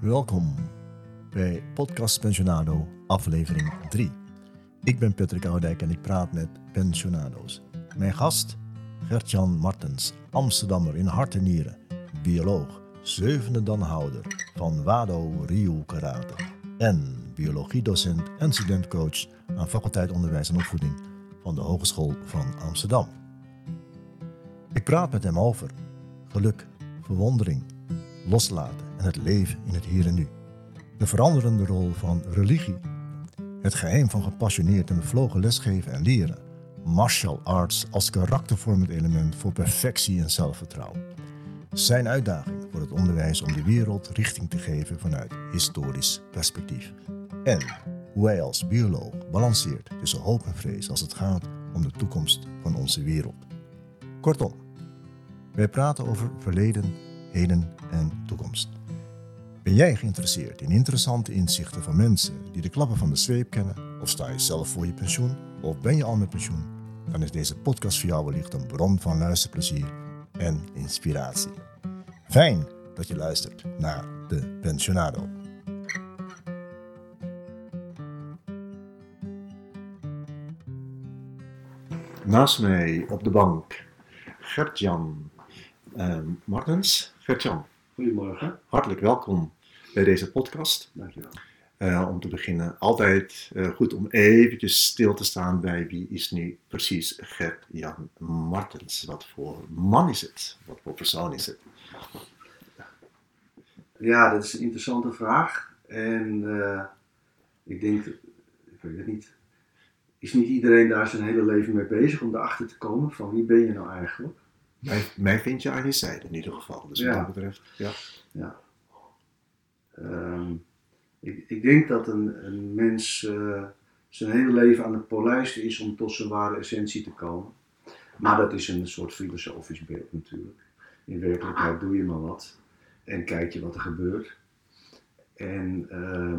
Welkom bij Podcast Pensionado, aflevering 3. Ik ben Patrick Oudijk en ik praat met pensionado's. Mijn gast, Gert-Jan Martens, Amsterdammer in hart en nieren, bioloog, zevende danhouder van Wado Ryu Karate en biologiedocent en studentcoach aan faculteit Onderwijs en Opvoeding van de Hogeschool van Amsterdam. Ik praat met hem over geluk, verwondering, loslaten en het leven in het hier en nu. De veranderende rol van religie. Het geheim van gepassioneerd en bevlogen lesgeven en leren. Martial arts als karaktervormend element voor perfectie en zelfvertrouwen. Zijn uitdaging voor het onderwijs om de wereld richting te geven vanuit historisch perspectief. En hoe hij als bioloog balanceert tussen hoop en vrees als het gaat om de toekomst van onze wereld. Kortom, wij praten over verleden, heden en toekomst. Ben jij geïnteresseerd in interessante inzichten van mensen die de klappen van de zweep kennen? Of sta je zelf voor je pensioen? Of ben je al met pensioen? Dan is deze podcast voor jou wellicht een bron van luisterplezier en inspiratie. Fijn dat je luistert naar de Pensionado. Naast mij op de bank Gert-Jan Martens. Gert-Jan, Goedemorgen. hartelijk welkom bij deze podcast. Dankjewel. Om te beginnen, altijd goed om eventjes stil te staan bij wie is nu precies Gert-Jan Martens. Wat voor man is het? Wat voor persoon is het? Ja, dat is een interessante vraag. En ik denk, ik weet het niet, is niet iedereen daar zijn hele leven mee bezig om erachter te komen van wie ben je nou eigenlijk? Mij vind je aan je zijde in ieder geval. Dus wat dat betreft, ja. Ik denk dat een mens zijn hele leven aan het polijsten is om tot zijn ware essentie te komen. Maar dat is een soort filosofisch beeld natuurlijk. In werkelijkheid doe je maar wat en kijk je wat er gebeurt. En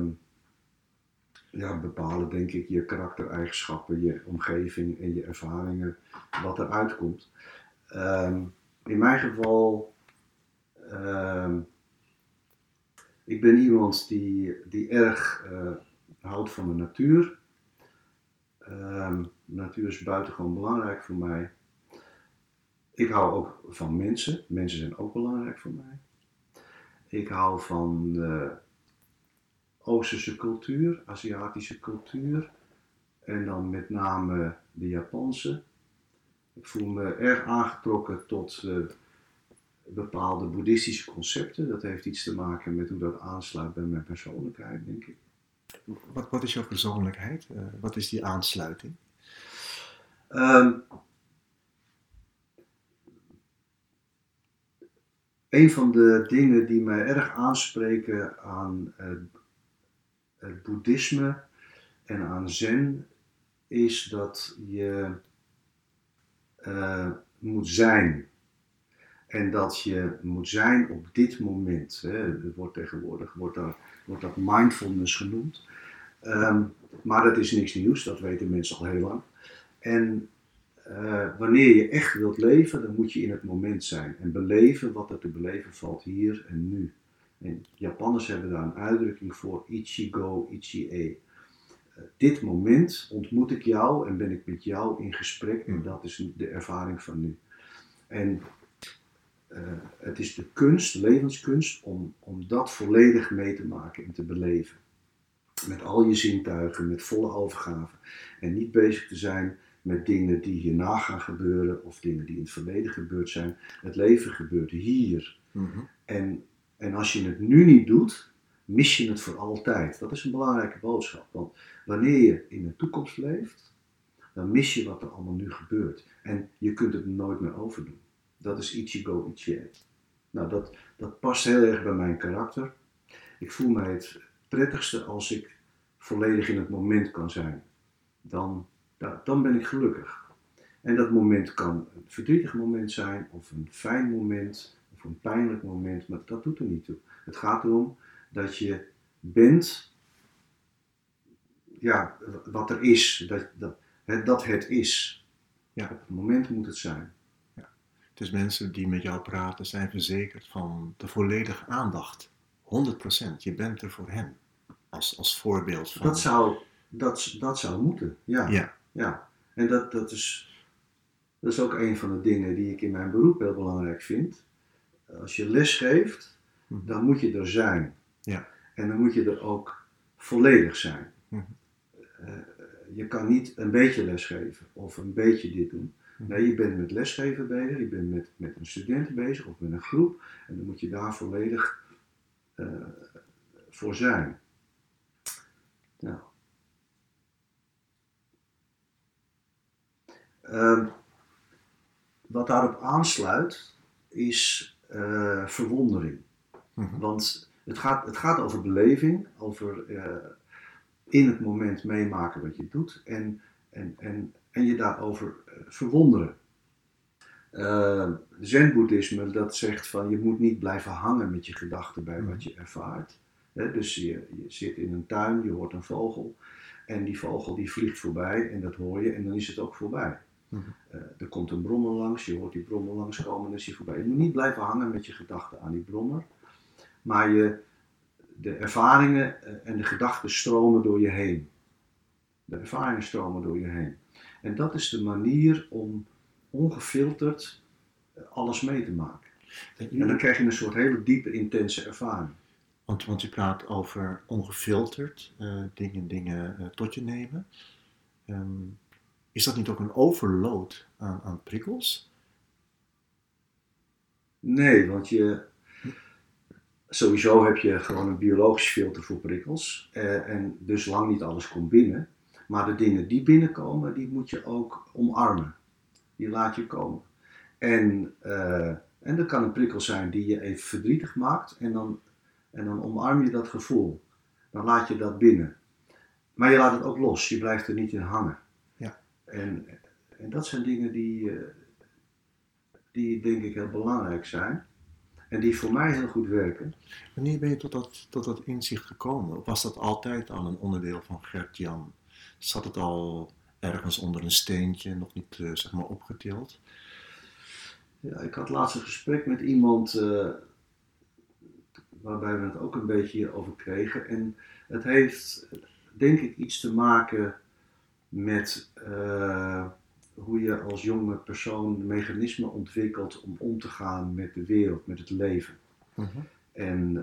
bepalen denk ik je karaktereigenschappen, je omgeving en je ervaringen, wat eruit komt. In mijn geval, ik ben iemand die erg houdt van de natuur. De natuur is buitengewoon belangrijk voor mij. Ik hou ook van mensen. Mensen zijn ook belangrijk voor mij. Ik hou van Oosterse cultuur, Aziatische cultuur. En dan met name de Japanse. Ik voel me erg aangetrokken tot bepaalde boeddhistische concepten. Dat heeft iets te maken met hoe dat aansluit bij mijn persoonlijkheid, denk ik. Wat is jouw persoonlijkheid? Wat is die aansluiting? Een van de dingen die mij erg aanspreken aan het boeddhisme en aan zen is dat je moet zijn. En dat je moet zijn op dit moment. Het wordt tegenwoordig wordt dat mindfulness genoemd. Maar dat is niks nieuws, dat weten mensen al heel lang. En wanneer je echt wilt leven, dan moet je in het moment zijn. En beleven wat er te beleven valt hier en nu. En Japanners hebben daar een uitdrukking voor, Ichigo Ichie. Dit moment ontmoet ik jou en ben ik met jou in gesprek en dat is de ervaring van nu. En het is de kunst, de levenskunst, om dat volledig mee te maken en te beleven. Met al je zintuigen, met volle overgave. En niet bezig te zijn met dingen die hierna gaan gebeuren of dingen die in het verleden gebeurd zijn. Het leven gebeurt hier. Mm-hmm. En als je het nu niet doet, mis je het voor altijd. Dat is een belangrijke boodschap. Want wanneer je in de toekomst leeft, dan mis je wat er allemaal nu gebeurt. En je kunt het nooit meer overdoen. Dat is Ichigo Ichie. Nou, dat past heel erg bij mijn karakter. Ik voel mij het prettigste als ik volledig in het moment kan zijn. Dan ben ik gelukkig. En dat moment kan een verdrietig moment zijn, of een fijn moment, of een pijnlijk moment, maar dat doet er niet toe. Het gaat erom dat je bent, wat er is, dat het is. Ja. Op het moment moet het zijn. Ja. Dus mensen die met jou praten zijn verzekerd van de volledige aandacht 100%. Je bent er voor hen. Als voorbeeld van... Dat zou moeten, ja. Ja. En dat is ook een van de dingen die ik in mijn beroep heel belangrijk vind. Als je les geeft, dan moet je er zijn. Ja. En dan moet je er ook volledig zijn. Je kan niet een beetje lesgeven of een beetje dit doen. Nee, je bent met lesgeven bezig, je bent met een student bezig of met een groep. En dan moet je daar volledig voor zijn. Nou. Wat daarop aansluit is verwondering. Want het gaat over beleving, over in het moment meemaken wat je doet en je daarover verwonderen. Zen-boeddhisme dat zegt van je moet niet blijven hangen met je gedachten bij wat je ervaart. Dus je zit in een tuin, je hoort een vogel en die vogel die vliegt voorbij en dat hoor je en dan is het ook voorbij. Er komt een brommer langs, je hoort die brommer langskomen en dan is hij voorbij. Je moet niet blijven hangen met je gedachten aan die brommer, maar de ervaringen en de gedachten stromen door je heen. De ervaringen stromen door je heen. En dat is de manier om ongefilterd alles mee te maken. En dan krijg je een soort hele diepe, intense ervaring. Want je praat over ongefilterd dingen tot je nemen. Is dat niet ook een overload aan prikkels? Nee, want sowieso heb je gewoon een biologisch filter voor prikkels. En dus lang niet alles komt binnen. Maar de dingen die binnenkomen, die moet je ook omarmen. Die laat je komen. En dat kan een prikkel zijn die je even verdrietig maakt. En dan omarm je dat gevoel. Dan laat je dat binnen. Maar je laat het ook los. Je blijft er niet in hangen. Ja. En dat zijn dingen die denk ik heel belangrijk zijn. En die voor mij heel goed werken. Wanneer ben je tot dat inzicht gekomen? Of was dat altijd al een onderdeel van Gert-Jan? Zat het al ergens onder een steentje, nog niet opgetild? Ja, ik had laatst een gesprek met iemand waarbij we het ook een beetje hierover kregen. En het heeft denk ik iets te maken met hoe je als jonge persoon mechanismen ontwikkelt om om te gaan met de wereld, met het leven. En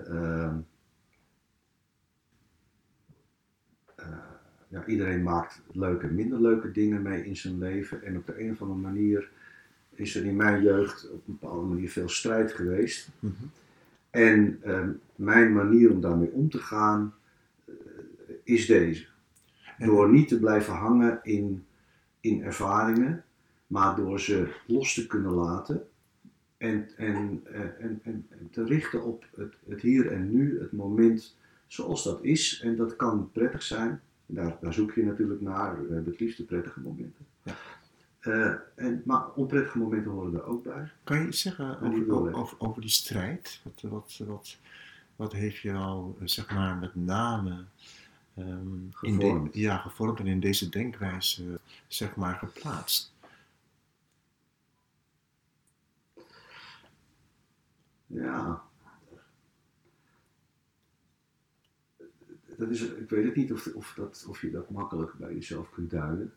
iedereen maakt leuke en minder leuke dingen mee in zijn leven. En op de een of andere manier is er in mijn jeugd op een bepaalde manier veel strijd geweest. En mijn manier om daarmee om te gaan is deze. Door niet te blijven hangen in ervaringen, maar door ze los te kunnen laten en te richten op het hier en nu, het moment zoals dat is. En dat kan prettig zijn, daar zoek je natuurlijk naar, we hebben het liefst de prettige momenten. Ja. Maar onprettige momenten horen er ook bij. Kan je iets zeggen over die strijd? Wat heeft jou met name gevormd en in deze denkwijze geplaatst? Ja. Ik weet het niet of je dat makkelijk bij jezelf kunt duiden.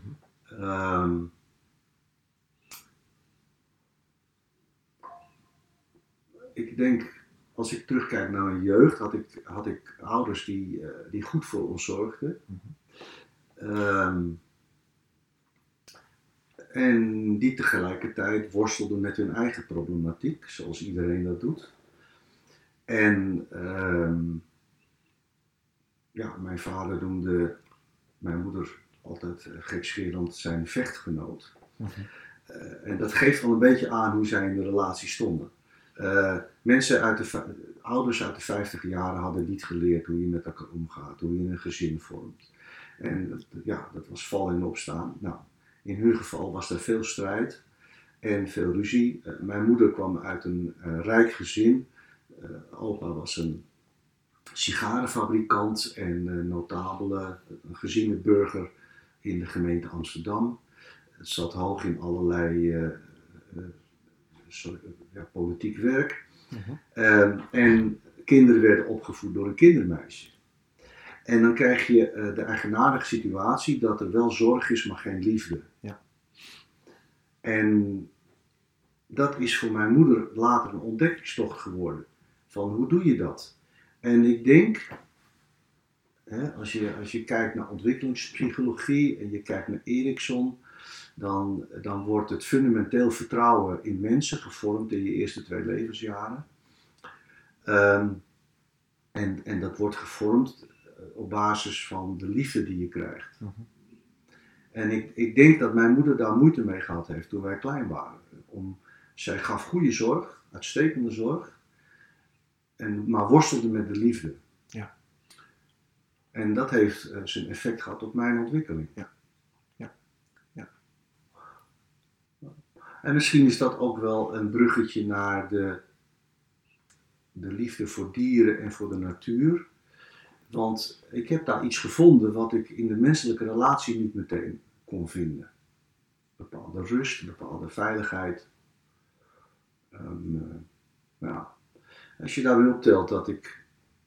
Ik denk, als ik terugkijk naar mijn jeugd, had ik ouders die goed voor ons zorgden. En die tegelijkertijd worstelden met hun eigen problematiek, zoals iedereen dat doet. En mijn vader noemde mijn moeder altijd gekscherend zijn vechtgenoot. En dat geeft wel een beetje aan hoe zij in de relatie stonden. Ouders uit de 50 jaren hadden niet geleerd hoe je met elkaar omgaat, hoe je een gezin vormt. En dat was vallen en opstaan. Nou, in hun geval was er veel strijd en veel ruzie. Mijn moeder kwam uit een rijk gezin. Opa was een sigarenfabrikant en notabele, een geziene burger in de gemeente Amsterdam. Het zat hoog in allerlei politiek werk. En kinderen werden opgevoed door een kindermeisje. En dan krijg je de eigenaardige situatie dat er wel zorg is, maar geen liefde. Ja. En dat is voor mijn moeder later een ontdekkingstocht geworden. Van hoe doe je dat? En ik denk, als je kijkt naar ontwikkelingspsychologie en je kijkt naar Erikson, dan wordt het fundamenteel vertrouwen in mensen gevormd in je eerste 2 levensjaren. En dat wordt gevormd op basis van de liefde die je krijgt. En ik denk dat mijn moeder daar moeite mee gehad heeft toen wij klein waren. Zij gaf goede zorg, uitstekende zorg, maar worstelde met de liefde. Ja. En dat heeft zijn effect gehad op mijn ontwikkeling. Ja. Ja. Ja. En misschien is dat ook wel een bruggetje naar de liefde voor dieren en voor de natuur. Want ik heb daar iets gevonden wat ik in de menselijke relatie niet meteen kon vinden. Bepaalde rust, bepaalde veiligheid. Ja. Als je daarbij optelt dat ik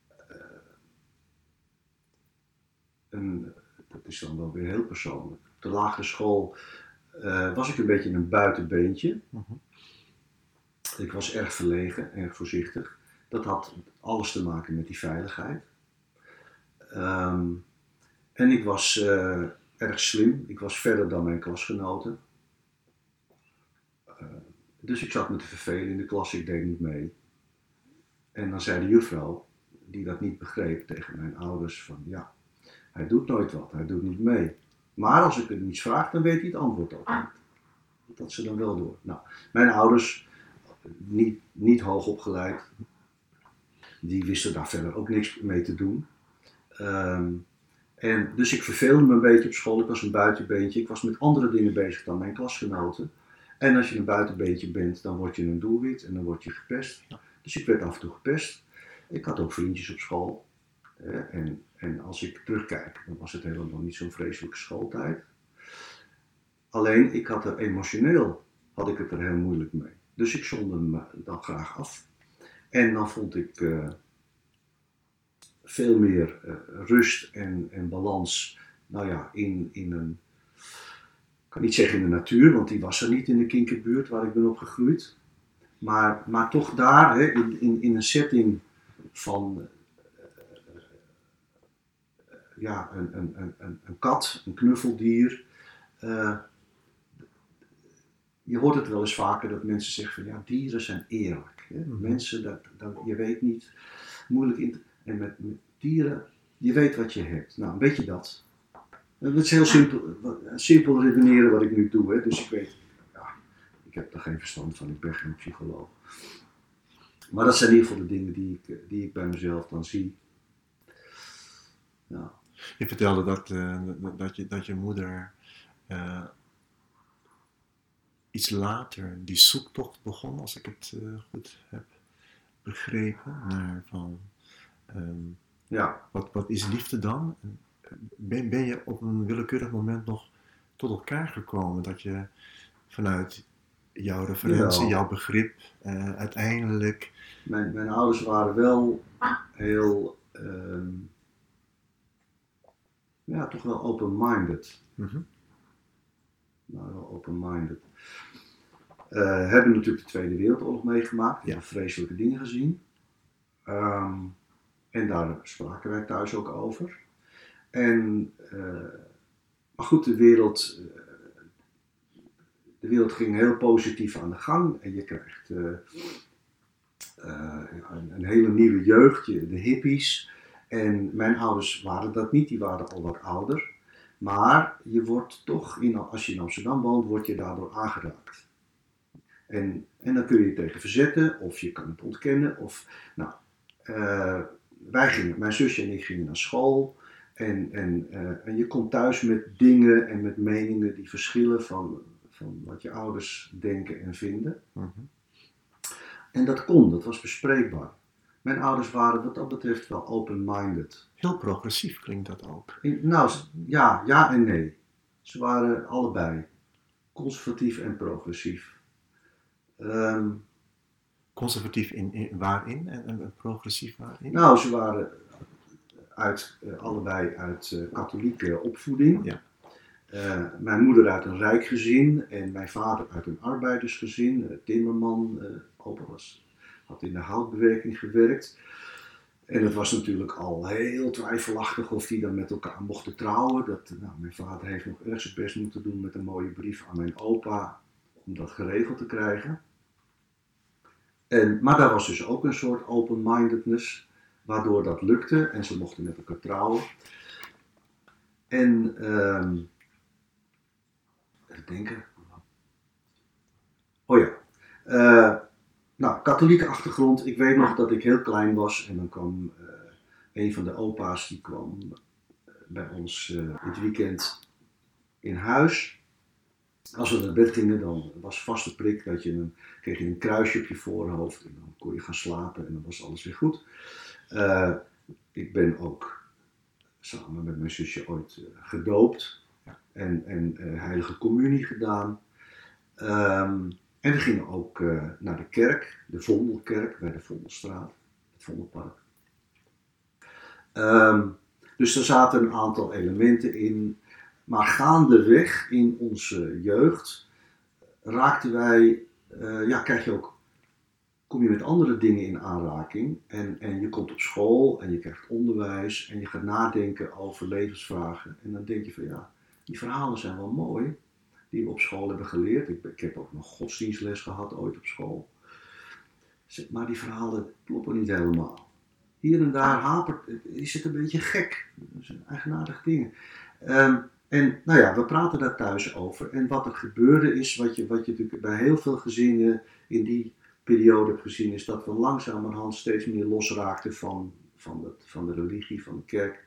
dat is dan wel weer heel persoonlijk. Op de lagere school was ik een beetje een buitenbeentje. Ik was erg verlegen, erg voorzichtig. Dat had alles te maken met die veiligheid. En ik was erg slim. Ik was verder dan mijn klasgenoten. Dus ik zat me te vervelen in de klas, ik deed niet mee. En dan zei de juffrouw, die dat niet begreep, tegen mijn ouders van ja, hij doet nooit wat, hij doet niet mee. Maar als ik hem iets vraag, dan weet hij het antwoord ook niet. Dat ze dan wel door. Nou, mijn ouders, niet hoog opgeleid, die wisten daar verder ook niks mee te doen. En dus ik verveelde me een beetje op school, ik was een buitenbeentje, ik was met andere dingen bezig dan mijn klasgenoten. En als je een buitenbeentje bent, dan word je een doelwit en dan word je gepest. Dus ik werd af en toe gepest. Ik had ook vriendjes op school. En als ik terugkijk, dan was het helemaal niet zo'n vreselijke schooltijd. Alleen, ik had emotioneel had ik het er heel moeilijk mee. Dus ik zonde me dan graag af. En dan vond ik veel meer rust en balans, nou ja, in een, ik kan niet zeggen in de natuur, want die was er niet in de Kinkerbuurt waar ik ben opgegroeid. Maar toch daar, in een setting van een kat, een knuffeldier. Je hoort het wel eens vaker dat mensen zeggen van ja, dieren zijn eerlijk. Hè? Mensen, je weet niet, moeilijk in. En met dieren, je weet wat je hebt. Nou, weet je dat? Het is heel simpel redeneren wat ik nu doe. Hè? Dus ik weet, ik heb er geen verstand van, ik ben geen psycholoog. Maar dat zijn in ieder geval de dingen die ik bij mezelf dan zie. Ja. Je vertelde dat je moeder iets later die zoektocht begon, als ik het goed heb begrepen, naar van wat is liefde dan? Ben je op een willekeurig moment nog tot elkaar gekomen dat je vanuit jouw referentie, jouw begrip, uiteindelijk... Mijn ouders waren wel heel, toch wel open-minded. Nou, wel open-minded. Hebben natuurlijk de Tweede Wereldoorlog meegemaakt, hebben vreselijke dingen gezien. En daar spraken wij thuis ook over. Maar goed, de wereld ging heel positief aan de gang en je krijgt een hele nieuwe jeugd, de hippies. En mijn ouders waren dat niet, die waren al wat ouder. Maar je wordt toch, als je in Amsterdam woont, word je daardoor aangeraakt. En dan kun je je tegen verzetten, of je kan het ontkennen. Mijn zusje en ik gingen naar school. En je komt thuis met dingen en met meningen die verschillen van wat je ouders denken en vinden. En dat was bespreekbaar. Mijn ouders waren wat dat betreft wel open-minded. Heel progressief klinkt dat ook. Ja en nee. Ze waren allebei conservatief en progressief. Conservatief waarin en progressief waarin? Nou, ze waren allebei uit katholieke opvoeding. Ja. Mijn moeder uit een rijk gezin en mijn vader uit een arbeidersgezin, timmerman. Opa had in de houtbewerking gewerkt. En het was natuurlijk al heel twijfelachtig of die dan met elkaar mochten trouwen. Mijn vader heeft nog erg zijn best moeten doen met een mooie brief aan mijn opa om dat geregeld te krijgen. Maar daar was dus ook een soort open-mindedness, waardoor dat lukte en ze mochten met elkaar trouwen. En, even denken. Oh ja. Katholieke achtergrond. Ik weet nog dat ik heel klein was en dan kwam een van de opa's, die kwam bij ons het weekend in huis. Als we naar bed gingen, dan was vaste prik dat kreeg je een kruisje op je voorhoofd en dan kon je gaan slapen en dan was alles weer goed. Ik ben ook samen met mijn zusje ooit gedoopt en heilige communie gedaan. En we gingen ook naar de kerk, de Vondelkerk bij de Vondelstraat, het Vondelpark. Dus er zaten een aantal elementen in. Maar gaandeweg in onze jeugd raakten wij, kom je met andere dingen in aanraking. En je komt op school en je krijgt onderwijs en je gaat nadenken over levensvragen. En dan denk je van ja, die verhalen zijn wel mooi, die we op school hebben geleerd. Ik heb ook nog godsdienstles gehad ooit op school. Maar die verhalen kloppen niet helemaal. Hier en daar is het een beetje gek. Dat zijn eigenaardige dingen. En nou ja, we praten daar thuis over. En wat er gebeurde is, wat je natuurlijk bij heel veel gezinnen in die periode hebt gezien, is dat we langzamerhand steeds meer losraakten van de religie, van de kerk.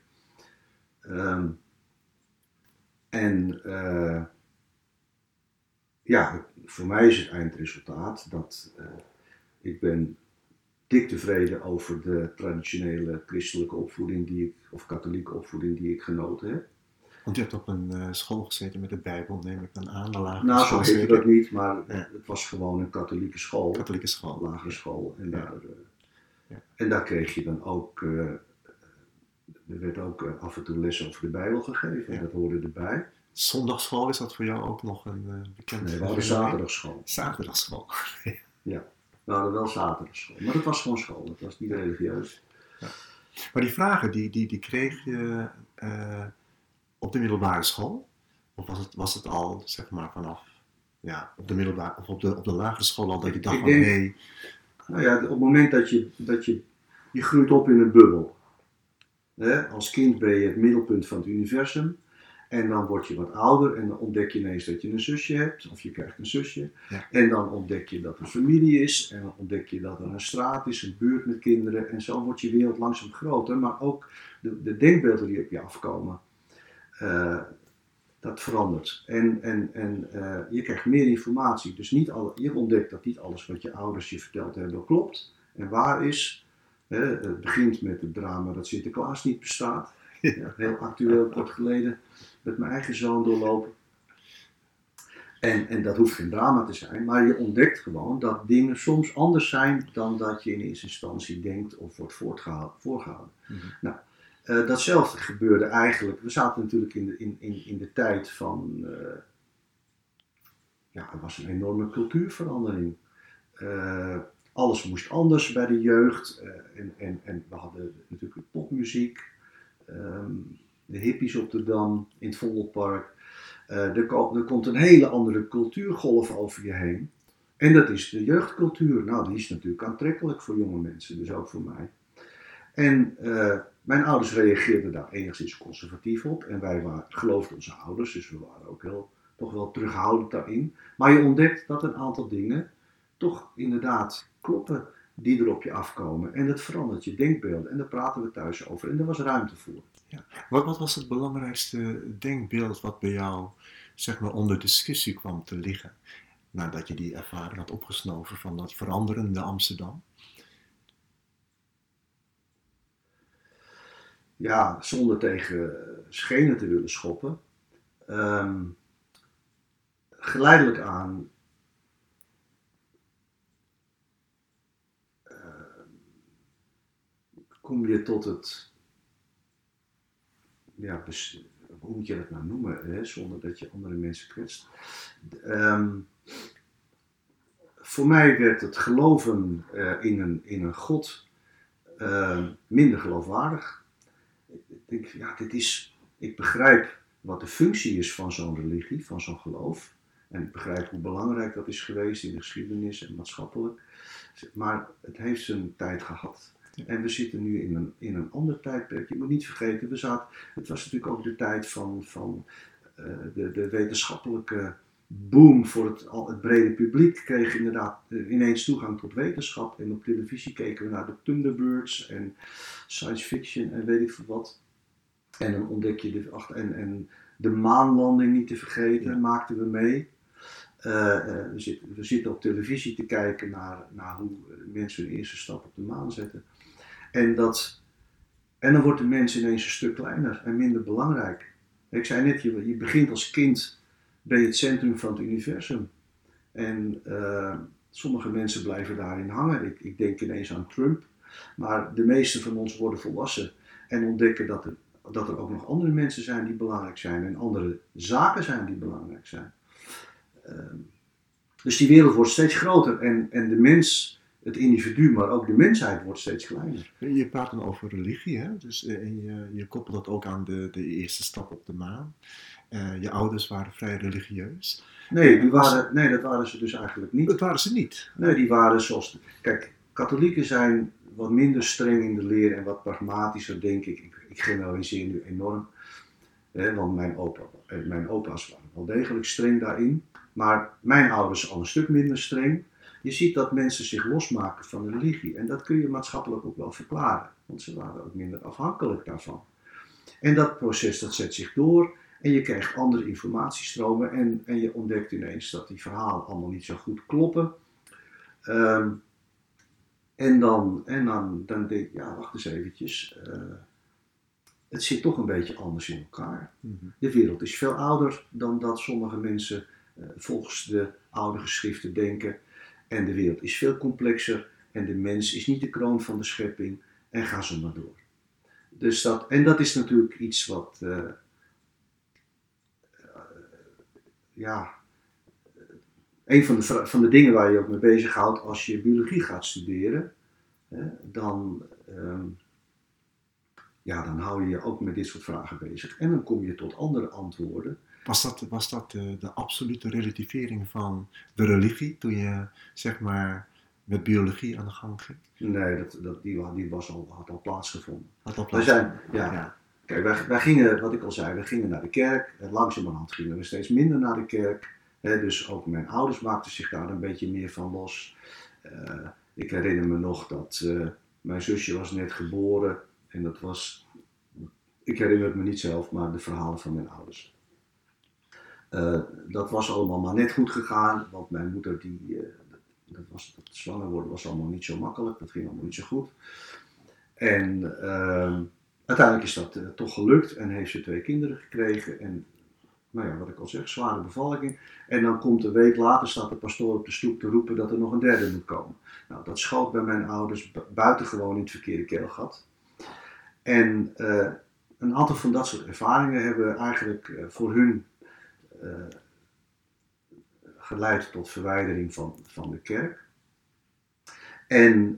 Voor mij is het eindresultaat dat ik ben dik tevreden over de traditionele christelijke opvoeding of katholieke opvoeding die ik genoten heb. Want je hebt op een school gezeten met de Bijbel, neem ik dan aan, de lagere school. Nou, zo heette dat niet, maar het was gewoon een katholieke school. Katholieke school. Lagere school. En daar kreeg je dan ook, er werd ook af en toe les over de Bijbel gegeven. En dat hoorde erbij. Zondagschool, is dat voor jou ook nog een bekend? Nee, we hadden zaterdagschool. Zaterdagschool. Ja, we hadden wel zaterdagschool. Maar dat was gewoon school, dat was niet religieus. Ja. Maar die vragen, die kreeg je op de middelbare school? Of was het al, zeg maar, vanaf op de middelbare of op de lagere school al dat je dacht Nou ja, op het moment dat je groeit op in een bubbel. Als kind ben je het middelpunt van het universum. En dan word je wat ouder en dan ontdek je ineens dat je een zusje hebt. Of je krijgt een zusje. Ja. En dan ontdek je dat er familie is. En dan ontdek je dat er een straat is, een buurt met kinderen. En zo wordt je wereld langzaam groter. Maar ook de denkbeelden die op je afkomen. Dat verandert. En je krijgt meer informatie. Dus je ontdekt dat niet alles wat je ouders je verteld hebben klopt. En waar is. Het begint met het drama dat Sinterklaas niet bestaat. Ja, heel actueel, kort geleden met mijn eigen zoon doorlopen. En dat hoeft geen drama te zijn, maar je ontdekt gewoon dat dingen soms anders zijn dan dat je in eerste instantie denkt of wordt voorgehouden. Mm-hmm. Nou, datzelfde gebeurde eigenlijk. We zaten natuurlijk in de tijd van. Er was een enorme cultuurverandering. Alles moest anders bij de jeugd. En we hadden natuurlijk popmuziek. De hippies op de Dam, in het Vondelpark. Er komt een hele andere cultuurgolf over je heen. En dat is de jeugdcultuur. Nou, die is natuurlijk aantrekkelijk voor jonge mensen, dus ook voor mij. En mijn ouders reageerden daar enigszins conservatief op. En wij geloofden onze ouders, dus we waren ook toch wel terughoudend daarin. Maar je ontdekt dat een aantal dingen toch inderdaad kloppen die er op je afkomen. En dat verandert je denkbeelden. En daar praten we thuis over. En er was ruimte voor. Ja. Wat was het belangrijkste denkbeeld wat bij jou, zeg maar, onder discussie kwam te liggen? Nadat je die ervaring had opgesnoven van dat veranderende Amsterdam? Ja, zonder tegen schenen te willen schoppen. Geleidelijk aan kom je tot het, hoe moet je dat nou noemen, hè, zonder dat je andere mensen kwetst. Voor mij werd het geloven in een God minder geloofwaardig. Ik denk, ik begrijp wat de functie is van zo'n religie, van zo'n geloof. En ik begrijp hoe belangrijk dat is geweest in de geschiedenis en maatschappelijk. Maar het heeft zijn tijd gehad. Ja. En we zitten nu in een ander tijdperk. Je moet niet vergeten, het was natuurlijk ook de tijd van de wetenschappelijke boom voor het brede publiek. Kreeg inderdaad ineens toegang tot wetenschap. En op televisie keken we naar de Thunderbirds en science fiction en weet ik veel wat. En dan ontdek je de maanlanding niet te vergeten, maakten we mee. We zitten op televisie te kijken naar hoe mensen hun eerste stap op de maan zetten. En dan wordt de mens ineens een stuk kleiner en minder belangrijk. Ik zei net, je begint als kind, ben je het centrum van het universum. En sommige mensen blijven daarin hangen. Ik denk ineens aan Trump. Maar de meeste van ons worden volwassen en ontdekken dat er ook nog andere mensen zijn die belangrijk zijn en andere zaken zijn die belangrijk zijn. Dus die wereld wordt steeds groter en de mens, het individu, maar ook de mensheid wordt steeds kleiner. Je praat dan over religie, hè? Dus, je koppelt dat ook aan de eerste stap op de maan. Je ouders waren vrij religieus. Nee, dat waren ze dus eigenlijk niet. Dat waren ze niet? Nee, die waren zoals... Kijk, katholieken zijn wat minder streng in de leer en wat pragmatischer, denk ik. Ik generaliseer nu enorm. Want mijn opa's waren wel degelijk streng daarin. Maar mijn ouders al een stuk minder streng. Je ziet dat mensen zich losmaken van de religie. En dat kun je maatschappelijk ook wel verklaren. Want ze waren ook minder afhankelijk daarvan. En dat proces dat zet zich door. En je krijgt andere informatiestromen. En je ontdekt ineens dat die verhalen allemaal niet zo goed kloppen. En dan denk ik, ja, wacht eens eventjes. Het zit toch een beetje anders in elkaar. Mm-hmm. De wereld is veel ouder dan dat sommige mensen volgens de oude geschriften denken. En de wereld is veel complexer. En de mens is niet de kroon van de schepping. En ga zo maar door. Dus dat is natuurlijk iets wat... een van de dingen waar je ook mee bezighoudt als je biologie gaat studeren. Dan hou je je ook met dit soort vragen bezig. En dan kom je tot andere antwoorden. Was dat de absolute relativering van de religie toen je, zeg maar, met biologie aan de gang ging? Nee, die had al plaatsgevonden. Ja. Kijk, wij gingen, wat ik al zei, we gingen naar de kerk. Langzamerhand gingen we steeds minder naar de kerk. Dus ook mijn ouders maakten zich daar een beetje meer van los. Ik herinner me nog dat mijn zusje was net geboren. En dat was, ik herinner het me niet zelf, maar de verhalen van mijn ouders. Dat was allemaal maar net goed gegaan, want mijn moeder, dat zwanger worden was allemaal niet zo makkelijk, dat ging allemaal niet zo goed. En uiteindelijk is dat toch gelukt en heeft ze 2 kinderen gekregen. En nou ja, wat ik al zeg, zware bevalling. En dan komt een week later, staat de pastoor op de stoep te roepen dat er nog een 3e moet komen. Nou, dat schoot bij mijn ouders buitengewoon in het verkeerde keelgat. En een aantal van dat soort ervaringen hebben eigenlijk voor hun geleid tot verwijdering van de kerk. En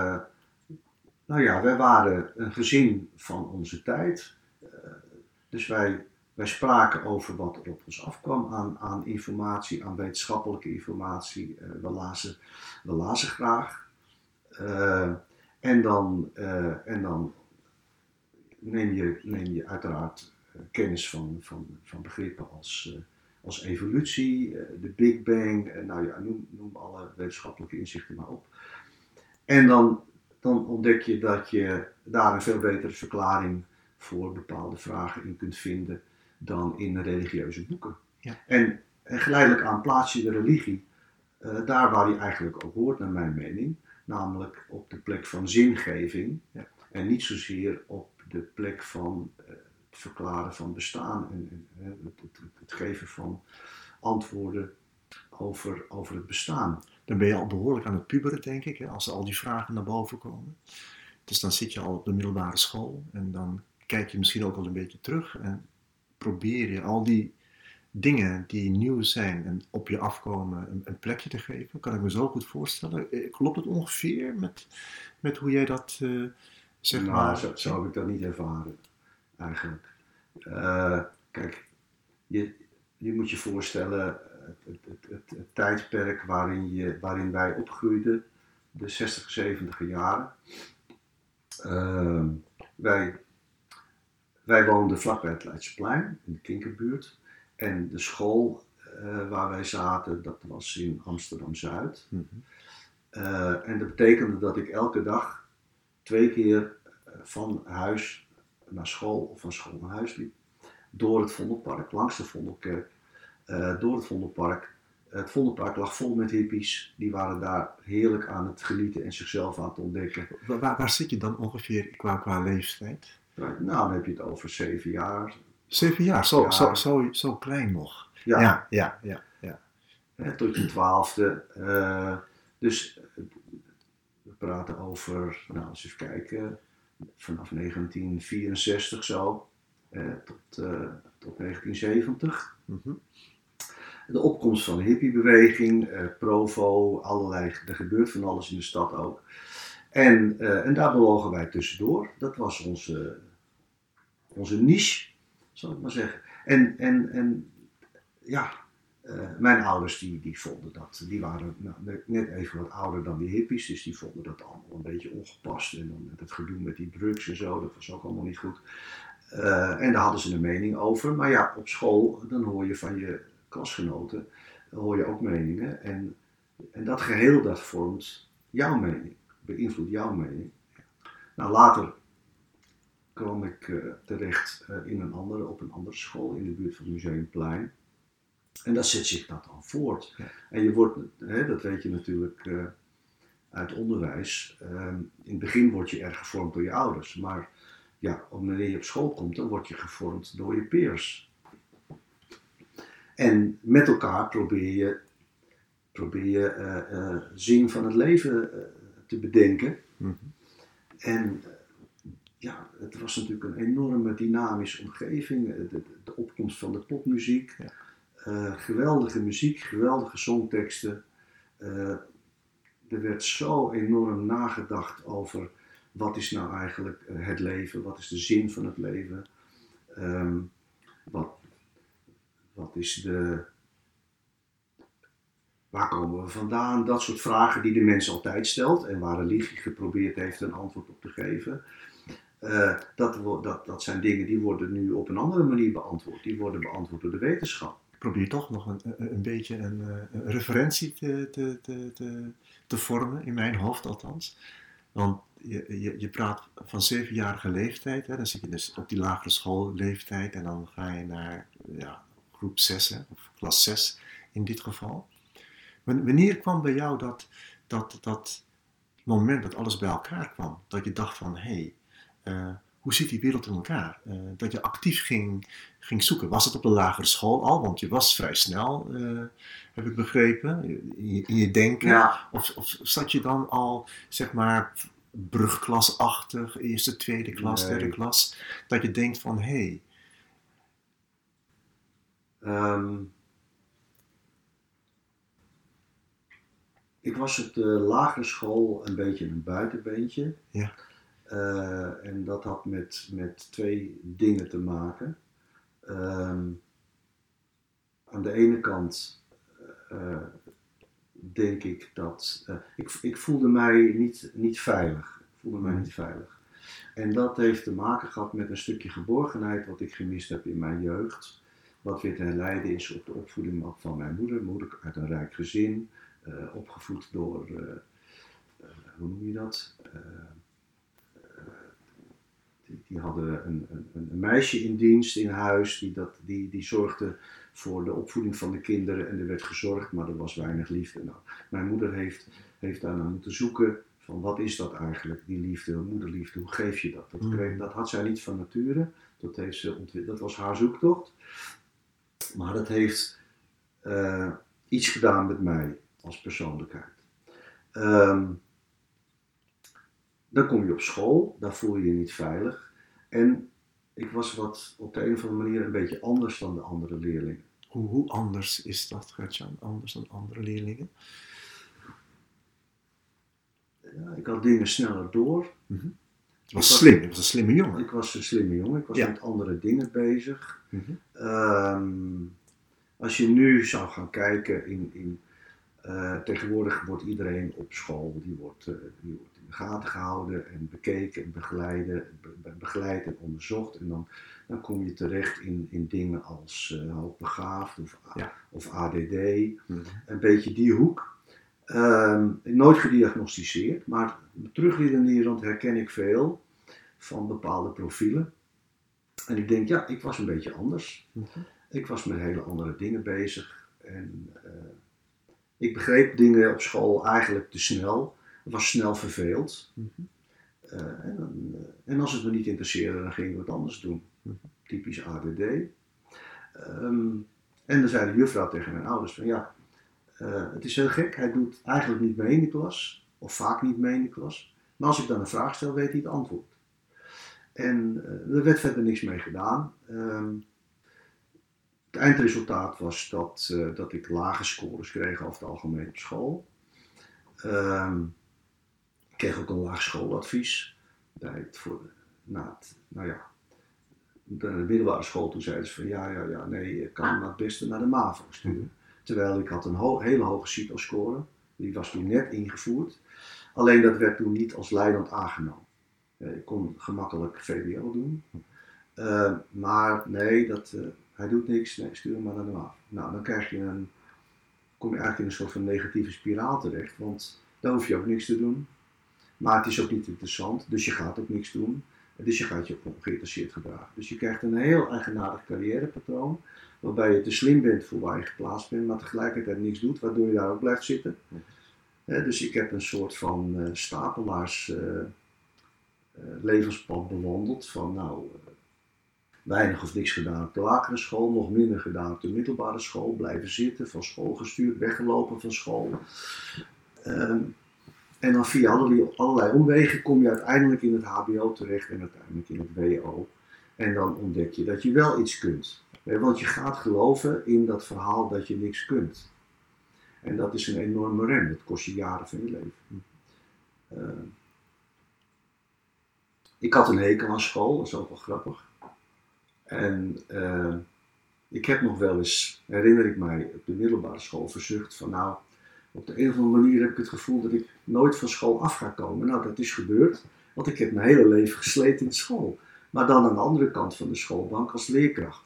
wij waren een gezin van onze tijd. Dus wij spraken over wat er op ons afkwam aan informatie, aan wetenschappelijke informatie. We lazen graag. En dan neem je uiteraard kennis van begrippen als evolutie, de Big Bang, noem alle wetenschappelijke inzichten maar op. En dan ontdek je dat je daar een veel betere verklaring voor bepaalde vragen in kunt vinden dan in religieuze boeken. Ja. En geleidelijk aan plaats je de religie daar waar die eigenlijk ook hoort, naar mijn mening, namelijk op de plek van zingeving, ja. En niet zozeer op de plek van het verklaren van bestaan en het geven van antwoorden over het bestaan. Dan ben je al behoorlijk aan het puberen, denk ik, hè, als al die vragen naar boven komen. Dus dan zit je al op de middelbare school en dan kijk je misschien ook al een beetje terug en probeer je al die dingen die nieuw zijn en op je afkomen een plekje te geven. Kan ik me zo goed voorstellen. Klopt het ongeveer met hoe jij dat zeg Nou, maar... zo heb ik dat niet ervaren, eigenlijk. Kijk, je moet je voorstellen, het tijdperk waarin wij opgroeiden, de 60, 70 jaren. Wij woonden vlakbij het Leidseplein, in de Kinkerbuurt. En de school waar wij zaten, dat was in Amsterdam-Zuid. Mm-hmm. En dat betekende dat ik elke dag 2 keer van huis naar school of van school naar huis liep. Door het Vondelpark, langs de Vondelkerk, door het Vondelpark. Het Vondelpark lag vol met hippies. Die waren daar heerlijk aan het genieten en zichzelf aan het ontdekken. Waar zit je dan ongeveer qua leeftijd? Nou, dan heb je het over 7 jaar. 7 jaar, zo klein nog. Ja. Tot je 12e. Dus we praten over, nou, eens even kijken, vanaf 1964 zo, tot 1970. Mm-hmm. De opkomst van de hippiebeweging, Provo, er gebeurt van alles in de stad ook. En daar bewogen wij tussendoor. Dat was onze niche, zal ik maar zeggen. En ja, mijn ouders die vonden dat, die waren net even wat ouder dan die hippies, dus die vonden dat allemaal een beetje ongepast. En dan met het gedoe met die drugs en zo, dat was ook allemaal niet goed. En daar hadden ze een mening over. Maar ja, op school, dan hoor je van je klasgenoten, hoor je ook meningen. En dat geheel, dat vormt jouw mening, beïnvloedt jouw mening. Nou, later kwam ik terecht op een andere school in de buurt van het Museumplein. En daar zet zich dat dan voort. Ja. En je wordt, dat weet je natuurlijk uit onderwijs, in het begin word je erg gevormd door je ouders. Maar ja, wanneer je op school komt, dan word je gevormd door je peers. En met elkaar probeer je zin van het leven te bedenken. Mm-hmm. En ja, het was natuurlijk een enorme dynamische omgeving. De opkomst van de popmuziek. Ja. Geweldige muziek, geweldige songteksten. Er werd zo enorm nagedacht over wat is nou eigenlijk het leven, wat is de zin van het leven, wat is waar komen we vandaan, dat soort vragen die de mens altijd stelt en waar religie geprobeerd heeft een antwoord op te geven. Dat zijn dingen die worden nu op een andere manier beantwoord, die worden beantwoord door de wetenschap. Probeer toch nog een beetje een referentie te vormen, in mijn hoofd althans. Want je praat van 7-jarige leeftijd, hè, dan zit je dus op die lagere schoolleeftijd en dan ga je naar groep 6, hè, of klas 6 in dit geval. Wanneer kwam bij jou dat moment dat alles bij elkaar kwam? Dat je dacht van, hoe zit die wereld in elkaar? Dat je actief ging zoeken. Was het op de lagere school al? Want je was vrij snel, heb ik begrepen, in je denken. Ja. Of zat je dan al, zeg maar, brugklasachtig, eerste, tweede klas, derde klas, dat je denkt van, Ik was op de lagere school een beetje een buitenbeentje. Ja. En dat had met 2 dingen te maken. Aan de ene kant denk ik dat... ik voelde mij niet veilig. En dat heeft te maken gehad met een stukje geborgenheid wat ik gemist heb in mijn jeugd. Wat weer te herleiden is op de opvoeding van mijn moeder. Moeder uit een rijk gezin. Opgevoed door... hoe noem je dat? Die hadden een meisje in dienst in huis, die zorgde voor de opvoeding van de kinderen en er werd gezorgd, maar er was weinig liefde. Nou, mijn moeder heeft daarna moeten zoeken van wat is dat eigenlijk, die liefde, moederliefde, hoe geef je dat? Dat had zij niet van nature, dat was haar zoektocht, maar dat heeft iets gedaan met mij als persoonlijkheid. Dan kom je op school, daar voel je je niet veilig. En ik was op de een of andere manier een beetje anders dan de andere leerlingen. Hoe anders is dat, Gert-Jan? Anders dan andere leerlingen? Ja, ik had dingen sneller door. Mm-hmm. Je was slim, je was een slimme jongen. Ik was een slimme jongen, ik was met andere dingen bezig. Mm-hmm. Als je nu zou gaan kijken, tegenwoordig wordt iedereen op school, die wordt in de gaten gehouden en bekeken en begeleid en onderzocht. En dan kom je terecht in dingen als hoogbegaafd of ADD, een beetje die hoek. Nooit gediagnosticeerd, maar terugredenerend herken ik veel van bepaalde profielen. En ik denk, ja, ik was een beetje anders. Mm-hmm. Ik was met hele andere dingen bezig. En ik begreep dingen op school eigenlijk te snel. Ik was snel verveeld. Mm-hmm. En als het me niet interesseerde, dan ging ik wat anders doen. Mm-hmm. Typisch ADD. En dan zei de juffrouw tegen mijn ouders van ja, het is heel gek, hij doet eigenlijk niet mee in de klas. Of vaak niet mee in de klas. Maar als ik dan een vraag stel, weet hij het antwoord. En er werd verder niks mee gedaan. Het eindresultaat was dat ik lage scores kreeg over het algemeen op school. Ik kreeg ook een laag schooladvies. De middelbare school toen zeiden ze van nee, je kan maar het beste naar de MAVO sturen. Terwijl ik had een hele hoge CITO-score. Die was toen net ingevoerd. Alleen dat werd toen niet als leidend aangenomen. Ik kon gemakkelijk VWO doen. Maar nee, hij doet niks, nee, stuur hem maar naar de MAVO. Nou, dan kom je eigenlijk in een soort van negatieve spiraal terecht, want dan hoef je ook niks te doen. Maar het is ook niet interessant, dus je gaat ook niks doen. Dus je gaat je ook ongeïnteresseerd gedragen. Dus je krijgt een heel eigenaardig carrièrepatroon, waarbij je te slim bent voor waar je geplaatst bent, maar tegelijkertijd niks doet, waardoor je daar ook blijft zitten. Dus ik heb een soort van stapelaars levenspad bewandeld van weinig of niks gedaan op de lagere school, nog minder gedaan op de middelbare school, blijven zitten, van school gestuurd, weggelopen van school. En dan via allerlei omwegen kom je uiteindelijk in het HBO terecht en uiteindelijk in het WO. En dan ontdek je dat je wel iets kunt. Want je gaat geloven in dat verhaal dat je niks kunt. En dat is een enorme rem, dat kost je jaren van je leven. Ik had een hekel aan school, dat is ook wel grappig. En ik heb nog wel eens, herinner ik mij, op de middelbare school verzucht van op de een of andere manier heb ik het gevoel dat ik nooit van school af ga komen. Nou, dat is gebeurd, want ik heb mijn hele leven gesleten in school. Maar dan aan de andere kant van de schoolbank als leerkracht.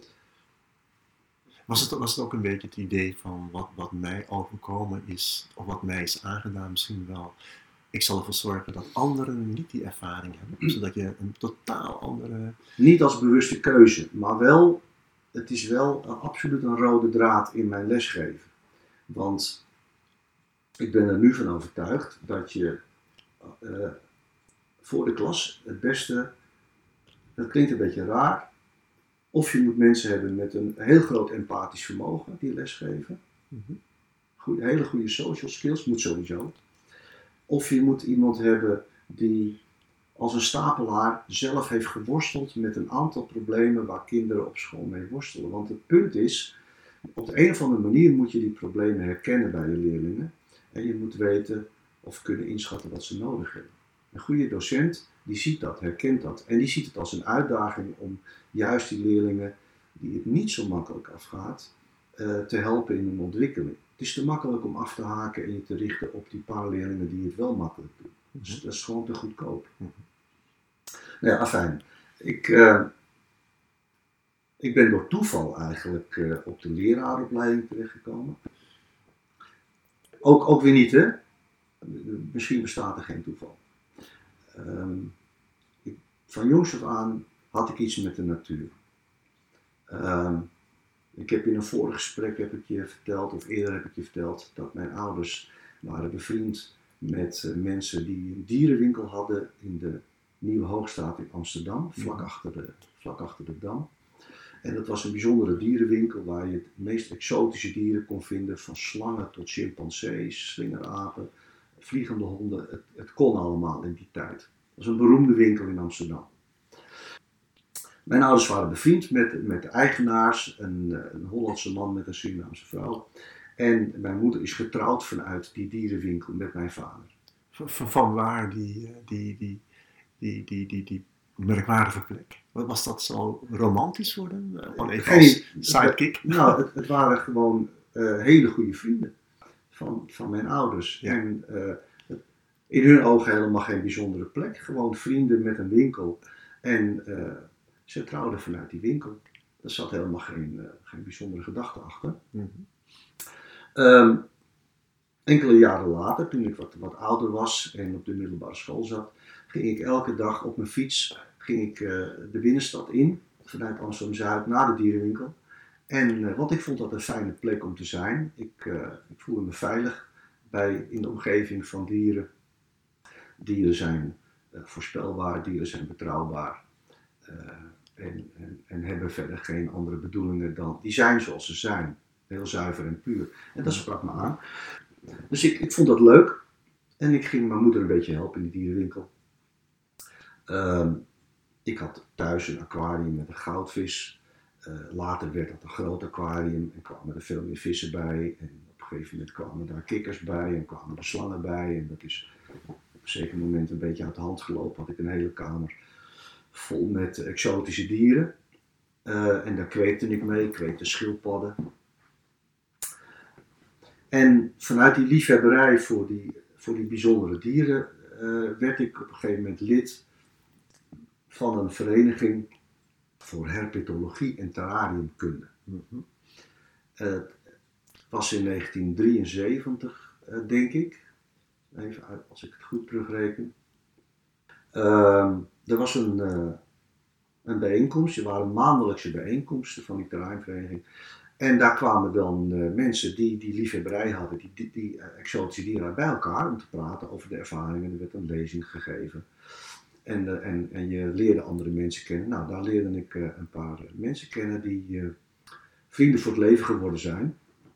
Was het ook een beetje het idee van wat mij overkomen is, of wat mij is aangedaan misschien wel. Ik zal ervoor zorgen dat anderen niet die ervaring hebben, zodat je een totaal andere... Niet als bewuste keuze, maar wel, het is wel absoluut een rode draad in mijn lesgeven. Want ik ben er nu van overtuigd dat je voor de klas het beste, dat klinkt een beetje raar, of je moet mensen hebben met een heel groot empathisch vermogen die lesgeven. Hele goede social skills, moet sowieso. Of je moet iemand hebben die als een stapelaar zelf heeft geworsteld met een aantal problemen waar kinderen op school mee worstelen. Want het punt is, op de een of andere manier moet je die problemen herkennen bij je leerlingen. En je moet weten of kunnen inschatten wat ze nodig hebben. Een goede docent die ziet dat, herkent dat. En die ziet het als een uitdaging om juist die leerlingen die het niet zo makkelijk afgaat, te helpen in hun ontwikkeling. Het is te makkelijk om af te haken en je te richten op die paar leerlingen die het wel makkelijk doen. Dus dat is gewoon te goedkoop. Nou ja, afijn. Ik ben door toeval eigenlijk op de leraaropleiding terechtgekomen. Ook weer niet, hè? Misschien bestaat er geen toeval. Van jongs af aan had ik iets met de natuur. Ik heb in een vorig gesprek heb ik je verteld, of eerder heb ik je verteld, dat mijn ouders waren bevriend met mensen die een dierenwinkel hadden in de Nieuwe Hoogstraat in Amsterdam, vlak achter de Dam. En dat was een bijzondere dierenwinkel waar je het meest exotische dieren kon vinden, van slangen tot chimpansees, slingerapen, vliegende honden, het kon allemaal in die tijd. Dat was een beroemde winkel in Amsterdam. Mijn ouders waren bevriend met de eigenaars, een Hollandse man met een Surinaamse vrouw. En mijn moeder is getrouwd vanuit die dierenwinkel met mijn vader. Van waar die merkwaardige plek? Wat was dat zo romantisch voor hem? Gewoon even als sidekick? Nou, het waren gewoon hele goede vrienden van mijn ouders. Ja. En in hun ogen helemaal geen bijzondere plek. Gewoon vrienden met een winkel. En ze trouwden vanuit die winkel. Er zat helemaal geen bijzondere gedachte achter. Mm-hmm. Enkele jaren later, toen ik wat ouder was en op de middelbare school zat, ging ik elke dag op mijn fiets de binnenstad in, vanuit Amsterdam-Zuid naar de dierenwinkel. Want ik vond dat een fijne plek om te zijn. Ik voelde me veilig in de omgeving van dieren. Dieren zijn voorspelbaar, dieren zijn betrouwbaar en hebben verder geen andere bedoelingen dan, die zijn zoals ze zijn. Heel zuiver en puur. En dat sprak me aan. Dus ik vond dat leuk. En ik ging mijn moeder een beetje helpen in die dierenwinkel. Ik had thuis een aquarium met een goudvis. Later werd dat een groot aquarium en kwamen er veel meer vissen bij. En op een gegeven moment kwamen daar kikkers bij en kwamen er slangen bij. En dat is op een zeker moment een beetje uit de hand gelopen. Had ik een hele kamer vol met exotische dieren. En daar kweekte ik mee. Ik kweekte schildpadden. En vanuit die liefhebberij voor die bijzondere dieren werd ik op een gegeven moment lid van een vereniging voor herpetologie en terrariumkunde. Mm-hmm. Het was in 1973, denk ik. Even uit, als ik het goed terugreken. Er was een bijeenkomst, er waren maandelijkse bijeenkomsten van die terrariumvereniging. En daar kwamen dan mensen die liefhebberij hadden, die exotische dieren bij elkaar om te praten over de ervaringen. Er werd een lezing gegeven. En je leerde andere mensen kennen. Nou, daar leerde ik een paar mensen kennen die vrienden voor het leven geworden zijn.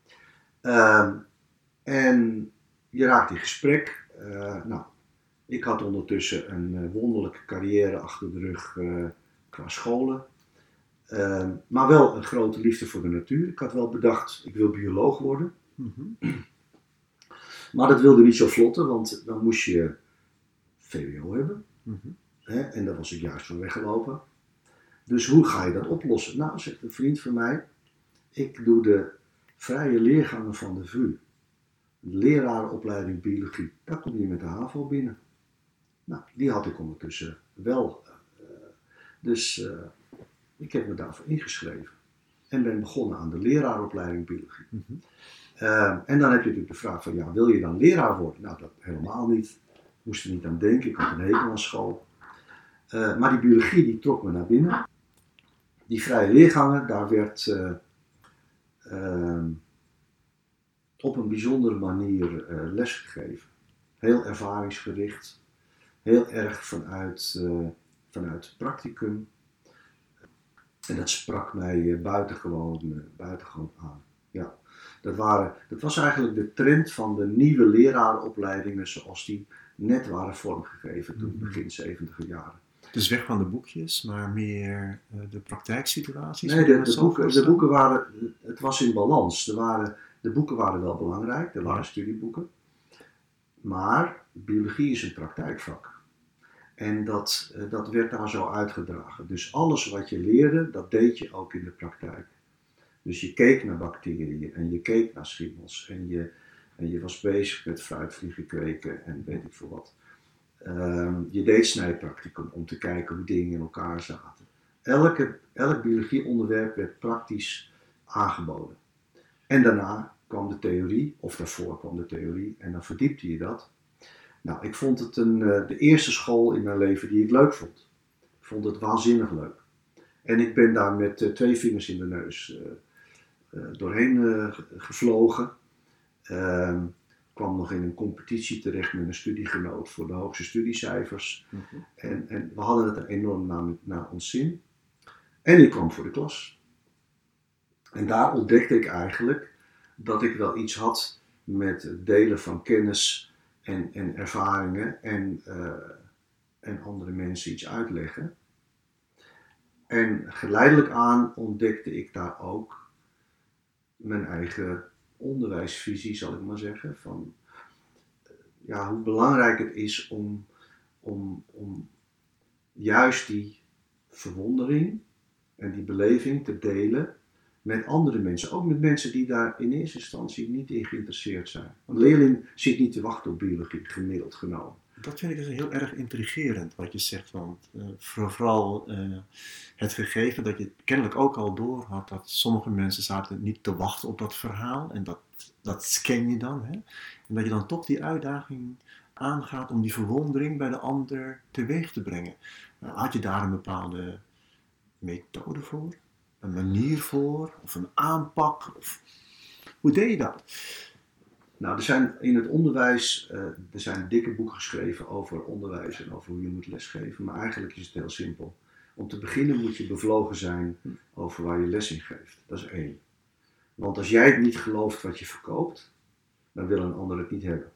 En je raakt in gesprek. Ik had ondertussen een wonderlijke carrière achter de rug qua scholen. Maar wel een grote liefde voor de natuur. Ik had wel bedacht, ik wil bioloog worden. Mm-hmm. Maar dat wilde niet zo vlotten, want dan moest je VWO hebben. Mm-hmm. En daar was ik juist van weggelopen. Dus hoe ga je dat oplossen? Nou, zegt een vriend van mij, ik doe de vrije leergangen van de VU. De lerarenopleiding biologie. Daar kom je met de HAVO binnen. Nou, die had ik ondertussen wel. Dus ik heb me daarvoor ingeschreven. En ben begonnen aan de leraaropleiding biologie. Mm-hmm. En dan heb je natuurlijk de vraag van, ja, wil je dan leraar worden? Nou, dat helemaal niet. Ik moest er niet aan denken. Ik had een hekel aan school. Maar die biologie, die trok me naar binnen. Die vrije leergangen, daar werd op een bijzondere manier lesgegeven. Heel ervaringsgericht. Heel erg vanuit practicum. En dat sprak mij buitengewoon aan. Ja. Dat was eigenlijk de trend van de nieuwe lerarenopleidingen zoals die net waren vormgegeven toen begin 70 jaren. Dus weg van de boekjes, maar meer de praktijksituaties? Nee, de boeken waren, het was in balans. De boeken waren wel belangrijk, er waren studieboeken. Maar biologie is een praktijkvak. En dat werd daar zo uitgedragen. Dus alles wat je leerde, dat deed je ook in de praktijk. Dus je keek naar bacteriën en je keek naar schimmels. En je was bezig met fruitvliegen kweken en weet ik veel wat. Je deed snijpracticum om te kijken hoe dingen in elkaar zaten. Elk biologieonderwerp werd praktisch aangeboden. En daarna kwam de theorie, of daarvoor kwam de theorie, en dan verdiepte je dat. Nou, ik vond het de eerste school in mijn leven die ik leuk vond. Ik vond het waanzinnig leuk. En ik ben daar met 2 vingers in de neus doorheen gevlogen. Kwam nog in een competitie terecht met een studiegenoot voor de hoogste studiecijfers. Mm-hmm. En we hadden het er enorm naar ons zin. En ik kwam voor de klas. En daar ontdekte ik eigenlijk dat ik wel iets had met het delen van kennis en ervaringen en andere mensen iets uitleggen. En geleidelijk aan ontdekte ik daar ook mijn eigen onderwijsvisie, zal ik maar zeggen. Van hoe belangrijk het is om juist die verwondering en die beleving te delen met andere mensen. Ook met mensen die daar in eerste instantie niet in geïnteresseerd zijn. Een leerling zit niet te wachten op biologie, gemiddeld genomen. Dat vind ik dus heel erg intrigerend wat je zegt, want vooral het gegeven dat je kennelijk ook al door had dat sommige mensen zaten niet te wachten op dat verhaal en dat scan je dan. Hè? En dat je dan toch die uitdaging aangaat om die verwondering bij de ander teweeg te brengen. Had je daar een bepaalde methode voor? Een manier voor? Of een aanpak? Hoe deed je dat? Nou, er zijn in het onderwijs er zijn dikke boeken geschreven over onderwijs en over hoe je moet lesgeven. Maar eigenlijk is het heel simpel. Om te beginnen moet je bevlogen zijn over waar je les in geeft. Dat is 1. Want als jij het niet gelooft wat je verkoopt, dan wil een ander het niet hebben.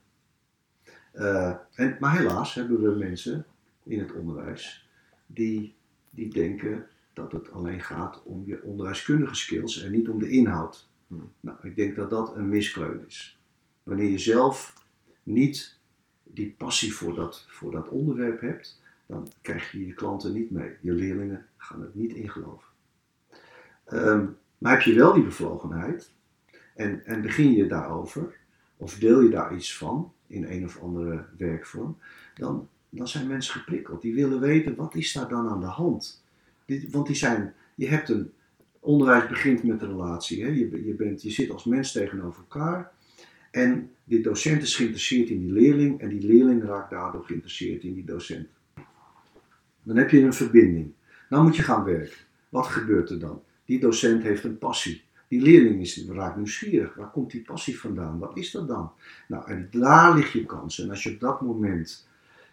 Maar helaas hebben we mensen in het onderwijs die denken dat het alleen gaat om je onderwijskundige skills en niet om de inhoud. Nou, ik denk dat dat een miskleun is. Wanneer je zelf niet die passie voor dat onderwerp hebt, dan krijg je je klanten niet mee. Je leerlingen gaan het niet ingeloven. Maar heb je wel die bevlogenheid en begin je daarover, of deel je daar iets van in een of andere werkvorm, dan zijn mensen geprikkeld. Die willen weten, wat is daar dan aan de hand? Want je hebt onderwijs begint met een relatie. Hè? Je zit als mens tegenover elkaar. En die docent is geïnteresseerd in die leerling en die leerling raakt daardoor geïnteresseerd in die docent. Dan heb je een verbinding. Dan moet je gaan werken. Wat gebeurt er dan? Die docent heeft een passie. Die leerling raakt nieuwsgierig. Waar komt die passie vandaan? Wat is dat dan? Nou, en daar ligt je kans. En als je op dat moment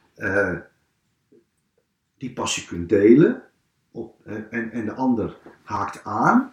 die passie kunt delen en de ander haakt aan,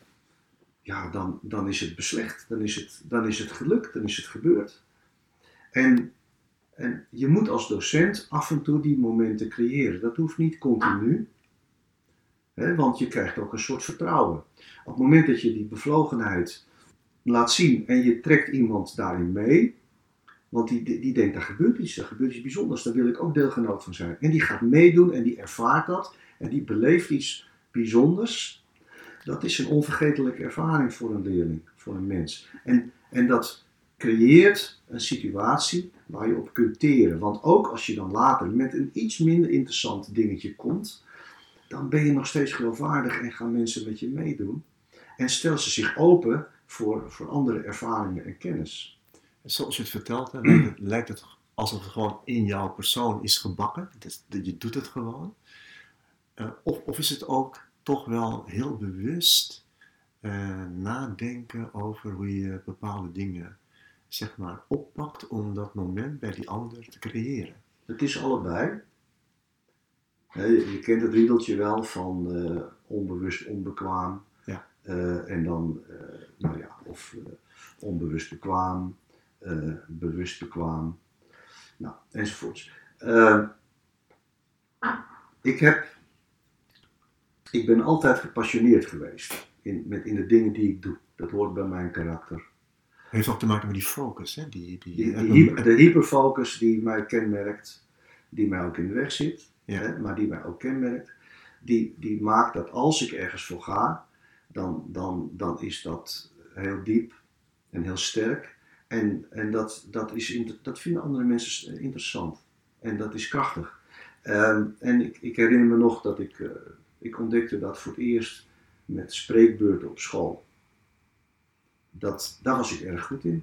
dan is het beslecht, dan is het gelukt, dan is het gebeurd. En je moet als docent af en toe die momenten creëren. Dat hoeft niet continu, want je krijgt ook een soort vertrouwen. Op het moment dat je die bevlogenheid laat zien en je trekt iemand daarin mee, want die denkt, er gebeurt iets bijzonders, daar wil ik ook deelgenoot van zijn. En die gaat meedoen en die ervaart dat en die beleeft iets bijzonders. Dat is een onvergetelijke ervaring voor een leerling, voor een mens. En dat creëert een situatie waar je op kunt teren. Want ook als je dan later met een iets minder interessant dingetje komt, dan ben je nog steeds geloofwaardig en gaan mensen met je meedoen. En stellen ze zich open voor andere ervaringen en kennis. Zoals je het vertelt, lijkt het alsof het gewoon in jouw persoon is gebakken. Dus je doet het gewoon. Of is het ook toch wel heel bewust nadenken over hoe je bepaalde dingen, zeg maar, oppakt om dat moment bij die ander te creëren? Het is allebei. Je kent het riedeltje wel van onbewust onbekwaam. Ja. En dan, onbewust bekwaam, bewust bekwaam, enzovoorts. Ik ben altijd gepassioneerd geweest in de dingen die ik doe. Dat hoort bij mijn karakter. Heeft ook te maken met die focus, hè? De hyperfocus die mij kenmerkt, die mij ook in de weg zit, maar die mij ook kenmerkt, die maakt dat als ik ergens voor ga, dan is dat heel diep en heel sterk. En dat vinden andere mensen interessant. En dat is krachtig. En ik herinner me nog dat ik ontdekte dat voor het eerst met spreekbeurten op school. Daar was ik erg goed in.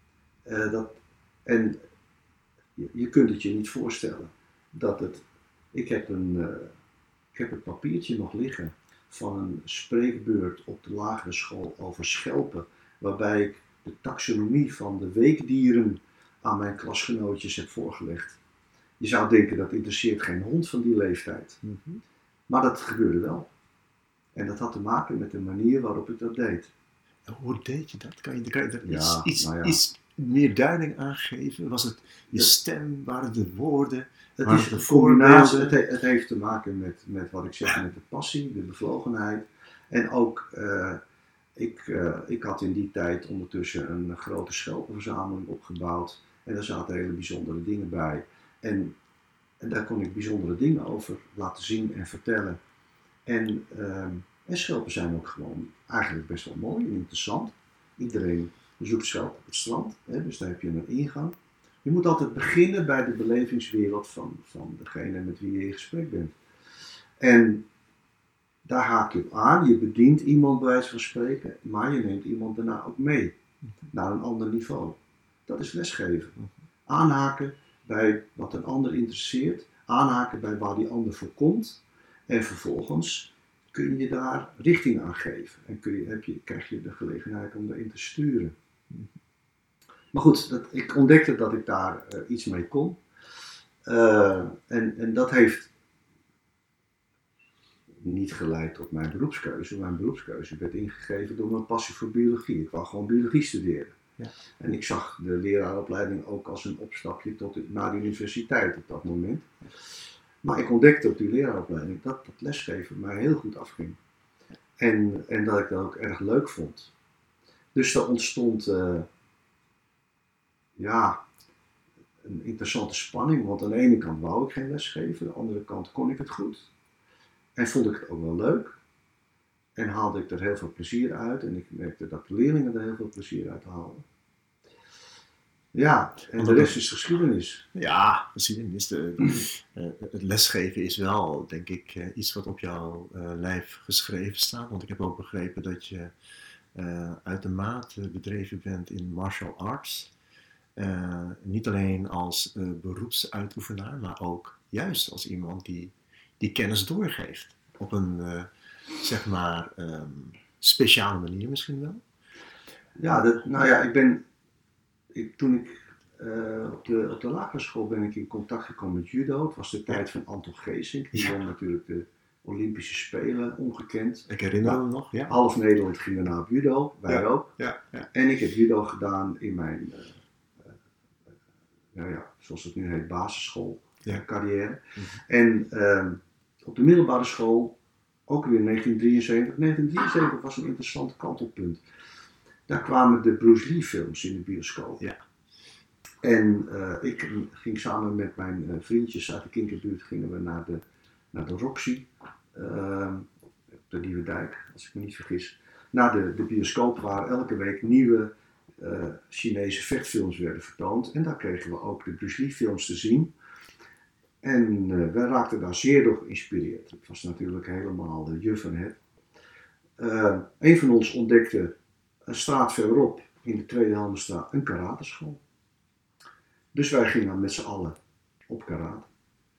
Je kunt het je niet voorstellen. Ik heb een papiertje nog liggen van een spreekbeurt op de lagere school over schelpen. Waarbij ik de taxonomie van de weekdieren aan mijn klasgenootjes heb voorgelegd. Je zou denken dat interesseert geen hond van die leeftijd. Mm-hmm. Maar dat gebeurde wel. En dat had te maken met de manier waarop ik dat deed. Hoe deed je dat? Kan je Ja, iets meer duiding aangeven? Was het je stem? Waren het de woorden? Het waren is het een combinatie. voorbeelden? Het heeft te maken met wat ik zeg, met de passie, de bevlogenheid. En ook, ik had in die tijd ondertussen een grote schelpenverzameling opgebouwd. En daar zaten hele bijzondere dingen bij. En daar kon ik bijzondere dingen over laten zien en vertellen. En schelpen zijn ook gewoon eigenlijk best wel mooi en interessant. Iedereen bezoekt schelpen op het strand, hè, dus daar heb je een ingang. Je moet altijd beginnen bij de belevingswereld van degene met wie je in gesprek bent. En daar haak je op aan, je bedient iemand bij wijze van spreken, maar je neemt iemand daarna ook mee naar een ander niveau. Dat is lesgeven. Aanhaken bij wat een ander interesseert, aanhaken bij waar die ander voor komt en vervolgens kun je daar richting aan geven en krijg je de gelegenheid om daarin te sturen. Maar goed, ik ontdekte dat ik daar iets mee kon. En dat heeft niet geleid tot mijn beroepskeuze. Mijn beroepskeuze werd ingegeven door mijn passie voor biologie. Ik wou gewoon biologie studeren. Ja. En ik zag de leraaropleiding ook als een opstapje naar de universiteit op dat moment. Maar ik ontdekte op die leraaropleiding dat lesgeven mij heel goed afging. En dat ik dat ook erg leuk vond. Dus er ontstond een interessante spanning. Want aan de ene kant wou ik geen les geven, aan de andere kant kon ik het goed. En vond ik het ook wel leuk. En haalde ik er heel veel plezier uit. En ik merkte dat de leerlingen er heel veel plezier uit haalden. Ja, en de rest is geschiedenis. Ja, geschiedenis. Het lesgeven is wel, denk ik, iets wat op jouw lijf geschreven staat. Want ik heb ook begrepen dat je uitermate bedreven bent in martial arts. Niet alleen als beroepsuitoefenaar, maar ook juist als iemand die kennis doorgeeft. Op een, speciale manier misschien wel. Ja, toen ik op de lagere school ben ik in contact gekomen met judo. Het was de tijd van Anton Geesink. Die won natuurlijk de Olympische Spelen, ongekend. Ik herinner me nog, ja. Half Nederland ging daarna op judo, wij ook. Ja. En ik heb judo gedaan in mijn, zoals het nu heet, basisschoolcarrière. En op de middelbare school, ook weer in 1973. 1973 was een interessant kantelpunt. Daar kwamen de Bruce Lee films in de bioscoop. Ja. En ik ging samen met mijn vriendjes uit de Kinkerbuurt gingen we naar de Roxy, op de Nieuwe Dijk, als ik me niet vergis. Naar de bioscoop waar elke week nieuwe Chinese vechtfilms werden vertoond. En daar kregen we ook de Bruce Lee films te zien. En wij raakten daar zeer door geïnspireerd. Het was natuurlijk helemaal de juf en het. Een van ons ontdekte een straat verderop, in de Tweede Helmenstraat, een karateschool. Dus wij gingen dan met z'n allen op karate.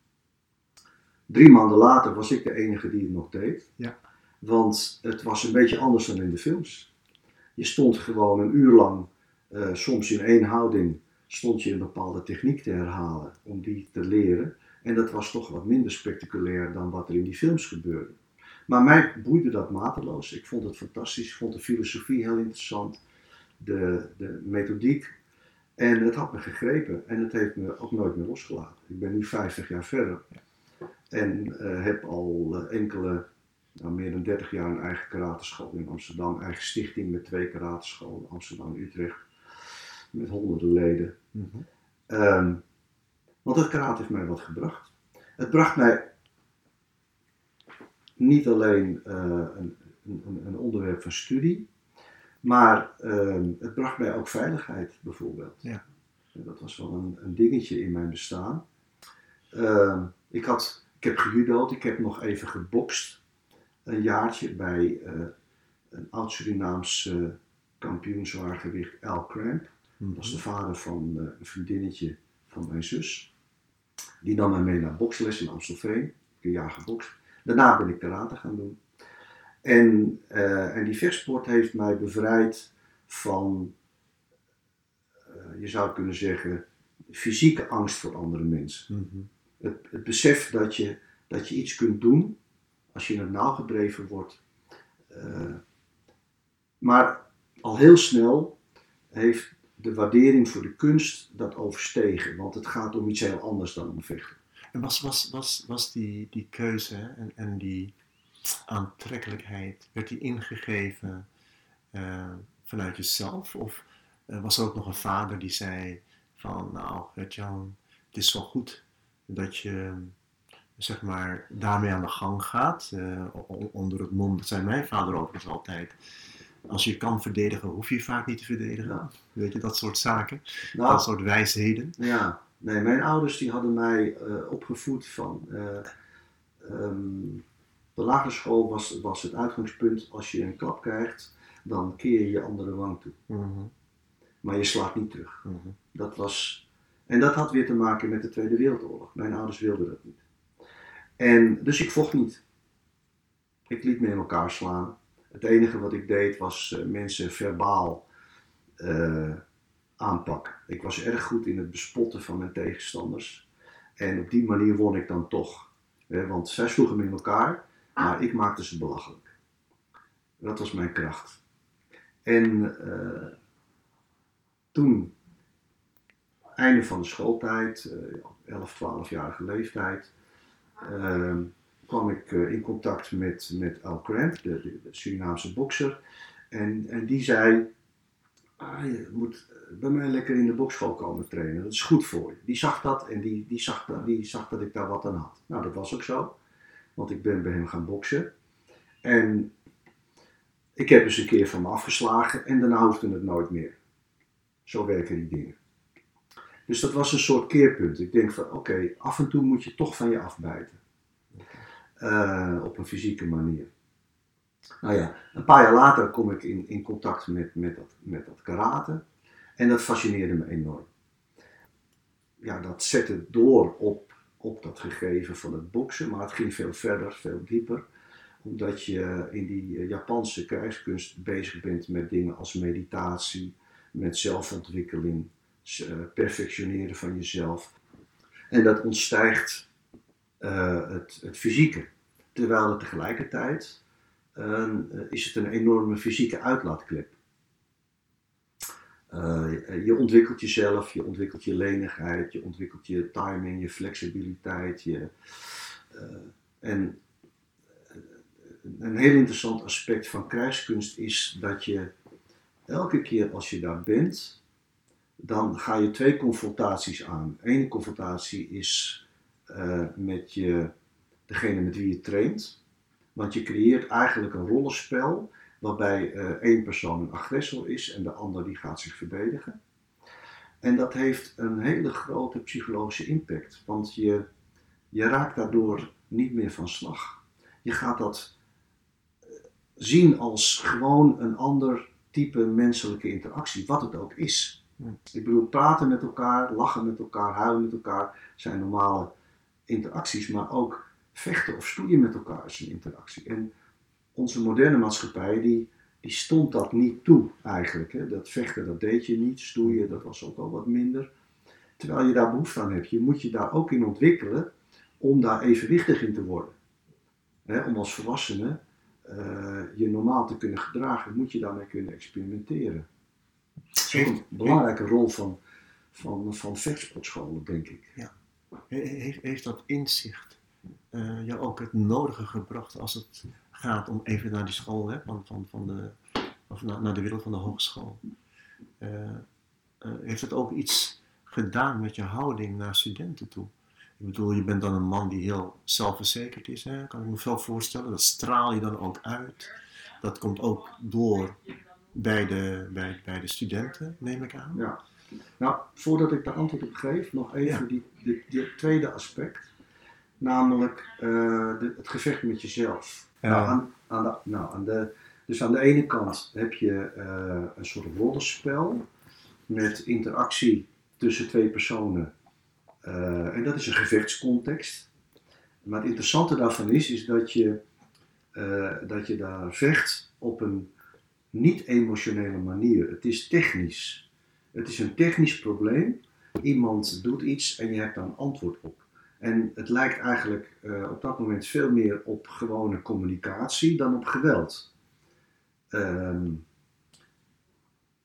3 maanden later was ik de enige die het nog deed. Ja. Want het was een beetje anders dan in de films. Je stond gewoon een uur lang, soms in 1 houding, stond je een bepaalde techniek te herhalen om die te leren. En dat was toch wat minder spectaculair dan wat er in die films gebeurde. Maar mij boeide dat mateloos. Ik vond het fantastisch. Ik vond de filosofie heel interessant. De methodiek. En het had me gegrepen. En het heeft me ook nooit meer losgelaten. Ik ben nu 50 jaar verder. En heb al meer dan 30 jaar een eigen karateschool in Amsterdam. Eigen stichting met 2 karatescholen. Amsterdam en Utrecht. Met honderden leden. Mm-hmm. Want het karate heeft mij wat gebracht. Het bracht mij niet alleen een onderwerp van studie, maar het bracht mij ook veiligheid bijvoorbeeld. Ja. En dat was wel een dingetje in mijn bestaan. Ik heb gejudo'd, ik heb nog even gebokst. Een jaartje bij een oud Surinaams kampioen zwaargewicht, Al Cramp. Dat was de vader van een vriendinnetje van mijn zus. Die nam mij mee naar boksles in Amstelveen. Ik heb een jaar gebokst. Daarna ben ik karate gaan doen. En die vechtsport heeft mij bevrijd van, je zou kunnen zeggen, fysieke angst voor andere mensen. Mm-hmm. Het besef dat je iets kunt doen als je in het nauw gedreven wordt. Maar al heel snel heeft de waardering voor de kunst dat overstegen. Want het gaat om iets heel anders dan om vechten. En was die keuze en die aantrekkelijkheid, werd die ingegeven vanuit jezelf? Of was er ook nog een vader die zei van, nou Gert-Jan, het is wel goed dat je zeg maar daarmee aan de gang gaat, onder het mom, dat zei mijn vader overigens altijd, als je kan verdedigen, hoef je vaak niet te verdedigen. Ja. Weet je, dat soort zaken, Nou, dat soort wijsheden. Ja, nee, mijn ouders die hadden mij opgevoed van... de lagere school was het uitgangspunt, als je een klap krijgt, dan keer je je andere wang toe. Mm-hmm. Maar je slaat niet terug. Mm-hmm. En dat had weer te maken met de Tweede Wereldoorlog. Mijn ouders wilden dat niet. En dus ik vocht niet. Ik liet me in elkaar slaan. Het enige wat ik deed was mensen verbaal aanpakken. Ik was erg goed in het bespotten van mijn tegenstanders. En op die manier won ik dan toch. Want zij sloegen me in elkaar, maar ik maakte ze belachelijk. Dat was mijn kracht. En toen, einde van de schooltijd, 11, 12-jarige leeftijd, kwam ik in contact met Al Cramp, de Surinaamse bokser. En die zei, je moet bij mij lekker in de bokschool komen trainen, dat is goed voor je. Die zag dat en die zag dat ik daar wat aan had. Nou, dat was ook zo, want ik ben bij hem gaan boksen. En ik heb eens een keer van me afgeslagen en daarna hoefde het nooit meer. Zo werken die dingen. Dus dat was een soort keerpunt. Ik denk van oké, af en toe moet je toch van je afbijten. Op een fysieke manier. Nou ja, een paar jaar later kom ik in contact met dat karate. En dat fascineerde me enorm. Ja, dat zette door op dat gegeven van het boksen. Maar het ging veel verder, veel dieper. Omdat je in die Japanse krijgskunst bezig bent met dingen als meditatie, met zelfontwikkeling, perfectioneren van jezelf. En dat ontstijgt het fysieke. Terwijl het tegelijkertijd is het een enorme fysieke uitlaatklep. Je ontwikkelt jezelf, je ontwikkelt je lenigheid, je ontwikkelt je timing, je flexibiliteit. En een heel interessant aspect van krijgskunst is dat je elke keer als je daar bent, dan ga je 2 confrontaties aan. Eén confrontatie is met degene met wie je traint. Want je creëert eigenlijk een rollenspel waarbij één persoon een agressor is en de ander die gaat zich verdedigen. En dat heeft een hele grote psychologische impact. Want je raakt daardoor niet meer van slag. Je gaat dat zien als gewoon een ander type menselijke interactie, wat het ook is. Ik bedoel, praten met elkaar, lachen met elkaar, huilen met elkaar zijn normale interacties, maar ook vechten of stoeien met elkaar is een interactie. En onze moderne maatschappij, die stond dat niet toe eigenlijk. Hè. Dat vechten, dat deed je niet, stoeien, dat was ook al wat minder. Terwijl je daar behoefte aan hebt. Je moet je daar ook in ontwikkelen om daar evenwichtig in te worden. Hè, om als volwassene je normaal te kunnen gedragen, moet je daarmee kunnen experimenteren. Dat is ook een belangrijke rol van vechtsportscholen, denk ik. Ja. Heeft dat inzicht jou ook het nodige gebracht als het gaat om even naar die school, hè, naar de wereld van de hogeschool? Heeft het ook iets gedaan met je houding naar studenten toe? Ik bedoel, je bent dan een man die heel zelfverzekerd is, hè? Kan ik me wel voorstellen. Dat straal je dan ook uit. Dat komt ook door bij de studenten, neem ik aan. Ja. Nou, voordat ik daar antwoord op geef, nog even die tweede aspect. Namelijk het gevecht met jezelf. Ja. Dus aan de ene kant heb je een soort rollenspel met interactie tussen 2 personen. En dat is een gevechtscontext. Maar het interessante daarvan is dat je daar vecht op een niet-emotionele manier. Het is technisch. Het is een technisch probleem. Iemand doet iets en je hebt daar een antwoord op. En het lijkt eigenlijk op dat moment veel meer op gewone communicatie dan op geweld.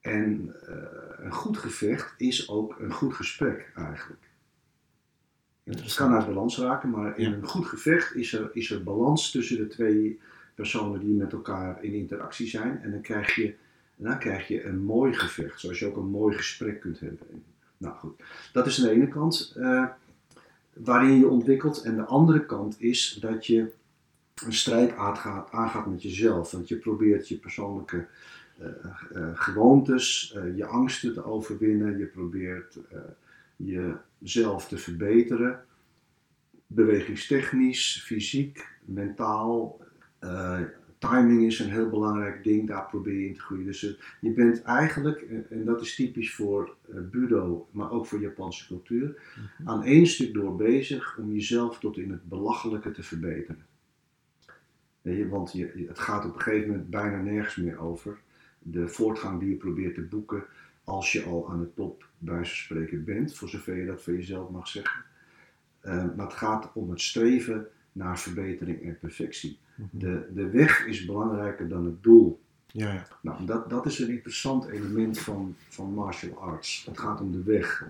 En een goed gevecht is ook een goed gesprek eigenlijk. Het kan uit balans raken, maar in een goed gevecht is er balans tussen de twee personen die met elkaar in interactie zijn. En dan krijg je een mooi gevecht, zoals je ook een mooi gesprek kunt hebben. Nou goed, dat is de ene kant waarin je ontwikkelt. En de andere kant is dat je een strijd aangaat met jezelf. Want je probeert je persoonlijke gewoontes, je angsten te overwinnen. Je probeert jezelf te verbeteren. Bewegingstechnisch, fysiek, mentaal. Timing is een heel belangrijk ding, daar probeer je in te groeien. Dus je bent eigenlijk, en dat is typisch voor Budo, maar ook voor Japanse cultuur, aan één stuk door bezig om jezelf tot in het belachelijke te verbeteren. Want het gaat op een gegeven moment bijna nergens meer over de voortgang die je probeert te boeken als je al aan de top bij wijze van spreken bent, voor zover je dat van jezelf mag zeggen. Maar het gaat om het streven naar verbetering en perfectie. De weg is belangrijker dan het doel. Ja. Nou, dat is een interessant element van martial arts. Het gaat om de weg.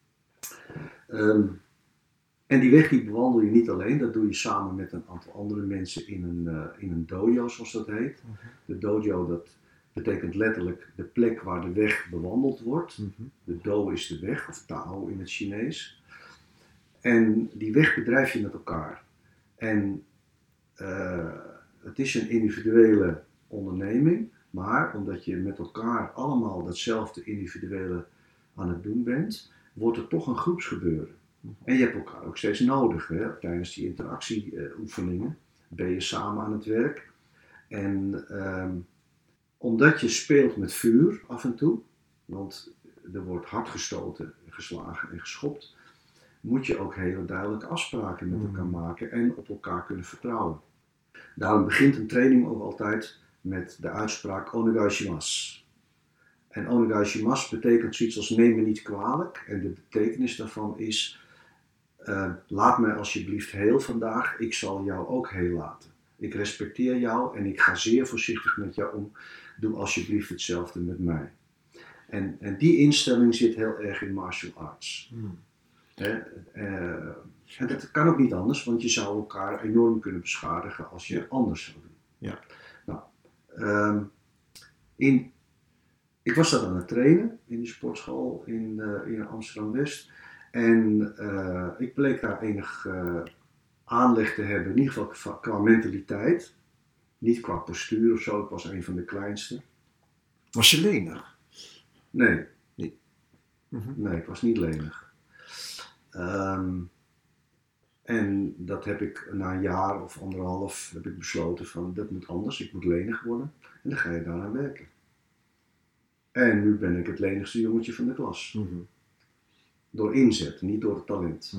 En die weg die bewandel je niet alleen, dat doe je samen met een aantal andere mensen in een dojo, zoals dat heet. De dojo, dat betekent letterlijk de plek waar de weg bewandeld wordt. De do is de weg, of tao in het Chinees. En die weg bedrijf je met elkaar. En het is een individuele onderneming, maar omdat je met elkaar allemaal datzelfde individuele aan het doen bent, wordt het toch een groepsgebeuren. En je hebt elkaar ook steeds nodig. Hè? Tijdens die interactieoefeningen ben je samen aan het werk. En omdat je speelt met vuur af en toe, want er wordt hard gestoten, geslagen en geschopt, moet je ook hele duidelijke afspraken met elkaar maken en op elkaar kunnen vertrouwen. Daarom begint een training ook altijd met de uitspraak onegai shimasu. En onegai shimasu betekent zoiets als neem me niet kwalijk. En de betekenis daarvan is, laat mij alsjeblieft heel vandaag, ik zal jou ook heel laten. Ik respecteer jou en ik ga zeer voorzichtig met jou om. Doe alsjeblieft hetzelfde met mij. En die instelling zit heel erg in martial arts. En dat kan ook niet anders, want je zou elkaar enorm kunnen beschadigen als je anders zou doen. Ja. Nou, ik was daar aan het trainen in de sportschool in Amsterdam-West. En ik bleek daar enig aanleg te hebben, in ieder geval qua mentaliteit. Niet qua postuur of zo, ik was een van de kleinste. Was je lenig? Nee. Niet. Nee, ik was niet lenig. En dat heb ik na een jaar of anderhalf heb ik besloten van dat moet anders, ik moet lenig worden. En dan ga je daaraan werken. En nu ben ik het lenigste jongetje van de klas. Door inzet, niet door talent.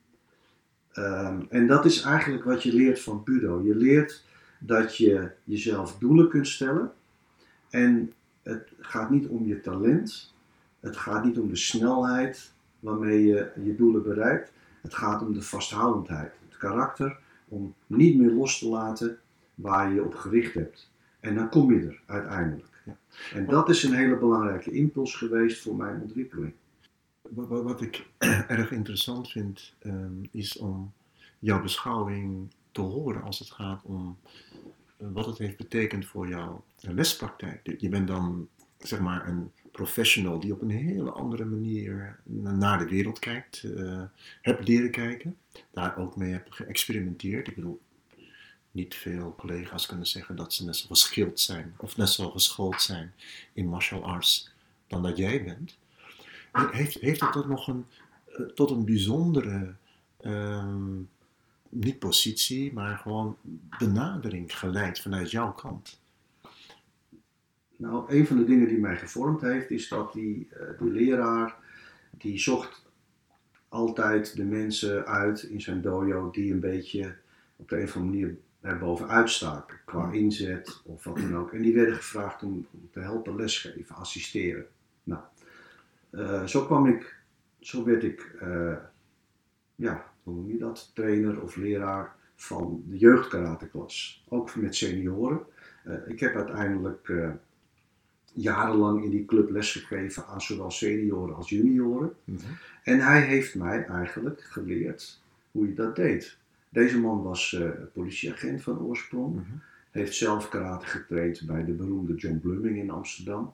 En dat is eigenlijk wat je leert van Budo. Je leert dat je jezelf doelen kunt stellen. En het gaat niet om je talent. Het gaat niet om de snelheid waarmee je je doelen bereikt. Het gaat om de vasthoudendheid. Het karakter om niet meer los te laten waar je je op gericht hebt. En dan kom je er uiteindelijk. En dat is een hele belangrijke impuls geweest voor mijn ontwikkeling. Wat ik erg interessant vind, is om jouw beschouwing te horen als het gaat om wat het heeft betekend voor jouw lespraktijk. Je bent dan zeg maar een professional die op een hele andere manier naar de wereld kijkt, hebt leren kijken, daar ook mee hebt geëxperimenteerd. Ik bedoel, niet veel collega's kunnen zeggen dat ze net zo geschild zijn of net zo geschoold zijn in martial arts dan dat jij bent. Heeft het nog tot een bijzondere, niet positie, maar gewoon benadering geleid vanuit jouw kant? Nou, een van de dingen die mij gevormd heeft, is dat die leraar, die zocht altijd de mensen uit in zijn dojo die een beetje op de een of andere manier erbovenuit staken, qua inzet of wat dan ook. En die werden gevraagd om te helpen lesgeven, assisteren. Nou, zo werd ik, hoe noem je dat, trainer of leraar van de jeugdkarateklas. Ook met senioren. Ik heb uiteindelijk jarenlang in die club lesgegeven aan zowel senioren als junioren. Mhm. En hij heeft mij eigenlijk geleerd hoe je dat deed. Deze man was politieagent van oorsprong. Mhm. Heeft zelf karate getraind bij de beroemde John Blumming in Amsterdam.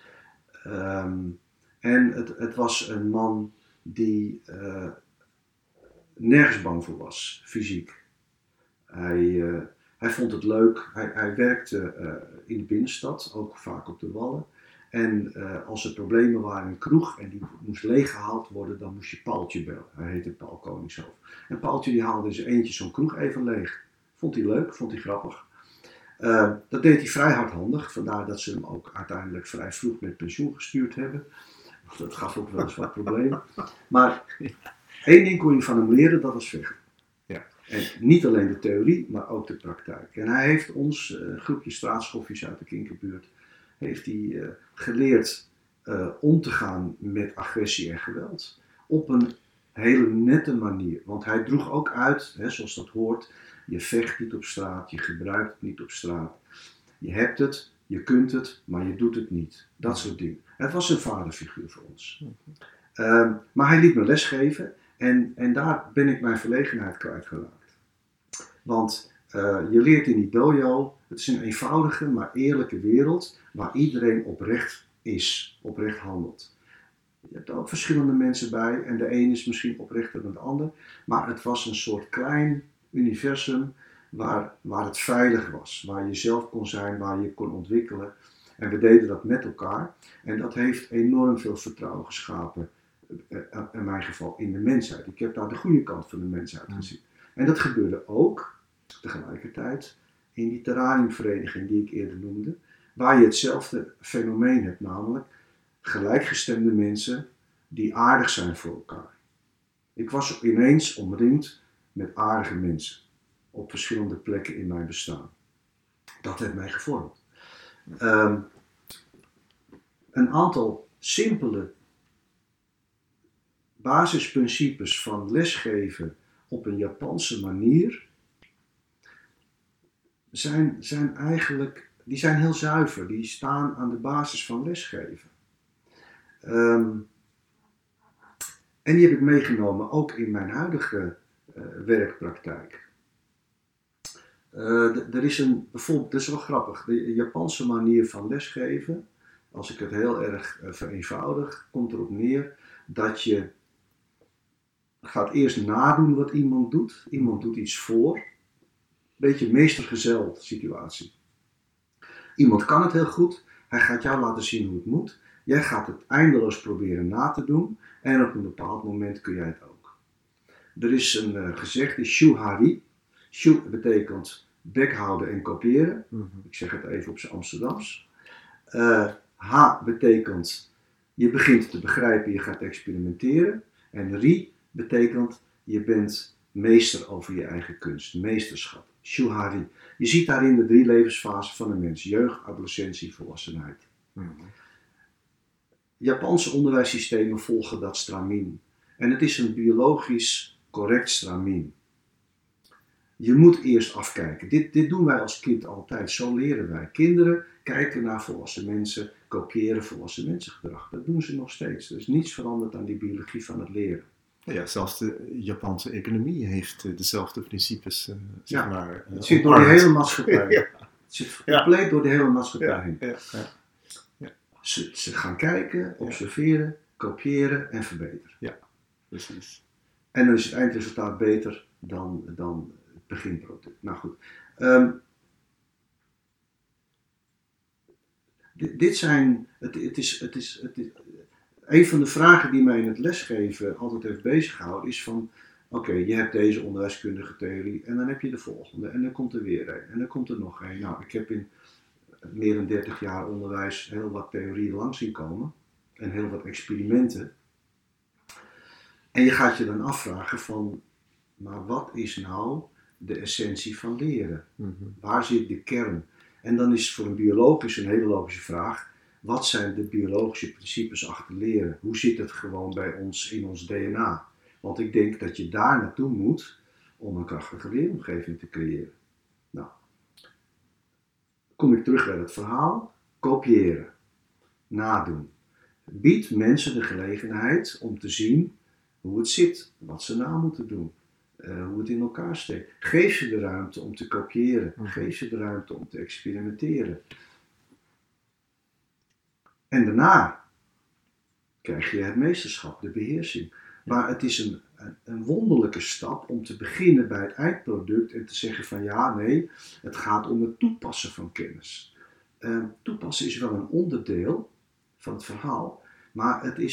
En het was een man die nergens bang voor was, fysiek. Hij vond het leuk. Hij werkte in de binnenstad, ook vaak op de Wallen. En als er problemen waren in een kroeg en die moest leeggehaald worden, dan moest je Paaltje bellen. Hij heette Paul Koningshoofd. En Paaltje die haalde in zijn eentje zo'n kroeg even leeg. Vond hij leuk, vond hij grappig. Dat deed hij vrij hardhandig, vandaar dat ze hem ook uiteindelijk vrij vroeg met pensioen gestuurd hebben. Dat gaf ook wel eens wat problemen. Maar één ding kon je van hem leren, dat was vechten. Ja. En niet alleen de theorie, maar ook de praktijk. En hij heeft ons, een groepje straatschoffies uit de Kinkerbuurt, heeft hij geleerd om te gaan met agressie en geweld. Op een hele nette manier. Want hij droeg ook uit, zoals dat hoort, je vecht niet op straat, je gebruikt het niet op straat. Je hebt het, je kunt het, maar je doet het niet. Dat soort dingen. Het was een vaderfiguur voor ons. Maar hij liet me lesgeven en daar ben ik mijn verlegenheid kwijtgeraakt. Want je leert in die dojo, het is een eenvoudige maar eerlijke wereld waar iedereen oprecht is, oprecht handelt. Je hebt er ook verschillende mensen bij en de een is misschien oprechter dan de ander, maar het was een soort klein universum waar het veilig was, waar je zelf kon zijn, waar je kon ontwikkelen. En we deden dat met elkaar en dat heeft enorm veel vertrouwen geschapen, in mijn geval in de mensheid. Ik heb daar de goede kant van de mensheid gezien. En dat gebeurde ook tegelijkertijd in die terrariumvereniging die ik eerder noemde, waar je hetzelfde fenomeen hebt, namelijk gelijkgestemde mensen die aardig zijn voor elkaar. Ik was ineens omringd met aardige mensen op verschillende plekken in mijn bestaan. Dat heeft mij gevormd. Een aantal simpele basisprincipes van lesgeven op een Japanse manier zijn eigenlijk, die zijn heel zuiver, die staan aan de basis van lesgeven. En die heb ik meegenomen ook in mijn huidige werkpraktijk. Er is bijvoorbeeld, dat is wel grappig, de Japanse manier van lesgeven, als ik het heel erg vereenvoudig, komt erop neer dat je gaat eerst nadoen wat iemand doet. Iemand doet iets voor. Beetje meestergezel situatie. Iemand kan het heel goed. Hij gaat jou laten zien hoe het moet. Jij gaat het eindeloos proberen na te doen. En op een bepaald moment kun jij het ook. Er is een gezegde, shuhari. Shu betekent bek houden en kopiëren. Ik zeg het even op zijn Amsterdams. Ha betekent je begint te begrijpen, je gaat experimenteren. En ri betekent je bent meester over je eigen kunst. Meesterschap. Shuhari. Je ziet daarin de 3 levensfasen van een mens. Jeugd, adolescentie, volwassenheid. Japanse onderwijssystemen volgen dat stramien. En het is een biologisch correct stramien. Je moet eerst afkijken. Dit doen wij als kind altijd. Zo leren wij. Kinderen kijken naar volwassen mensen, kopiëren volwassen mensengedrag. Dat doen ze nog steeds. Er is niets veranderd aan die biologie van het leren. Ja, zelfs de Japanse economie heeft dezelfde principes, zeg maar. Het zit door de hele maatschappij. Ja. Het zit compleet door de hele maatschappij heen. Ja. Ze gaan kijken, observeren, kopiëren en verbeteren. Ja, precies. En dan is het eindresultaat beter dan het beginproduct. Nou goed. Dit zijn, het is, een van de vragen die mij in het lesgeven altijd heeft beziggehouden is van, oké, je hebt deze onderwijskundige theorie en dan heb je de volgende en dan komt er weer een en dan komt er nog een. Nou, ik heb in meer dan 30 jaar onderwijs heel wat theorieën langs zien komen en heel wat experimenten. En je gaat je dan afvragen van, maar wat is nou de essentie van leren? Waar zit de kern? En dan is voor een bioloog een hele logische vraag, wat zijn de biologische principes achter leren? Hoe zit het gewoon bij ons in ons DNA? Want ik denk dat je daar naartoe moet om een krachtige leeromgeving te creëren. Nou, kom ik terug bij het verhaal, kopiëren. nadoen. Bied mensen de gelegenheid om te zien hoe het zit, wat ze na moeten doen, hoe het in elkaar steekt. Geef ze de ruimte om te kopiëren, geef ze de ruimte om te experimenteren. En daarna krijg je het meesterschap, de beheersing. Maar het is een wonderlijke stap om te beginnen bij het eindproduct en te zeggen van ja, nee, het gaat om het toepassen van kennis. Toepassen is wel een onderdeel van het verhaal, maar het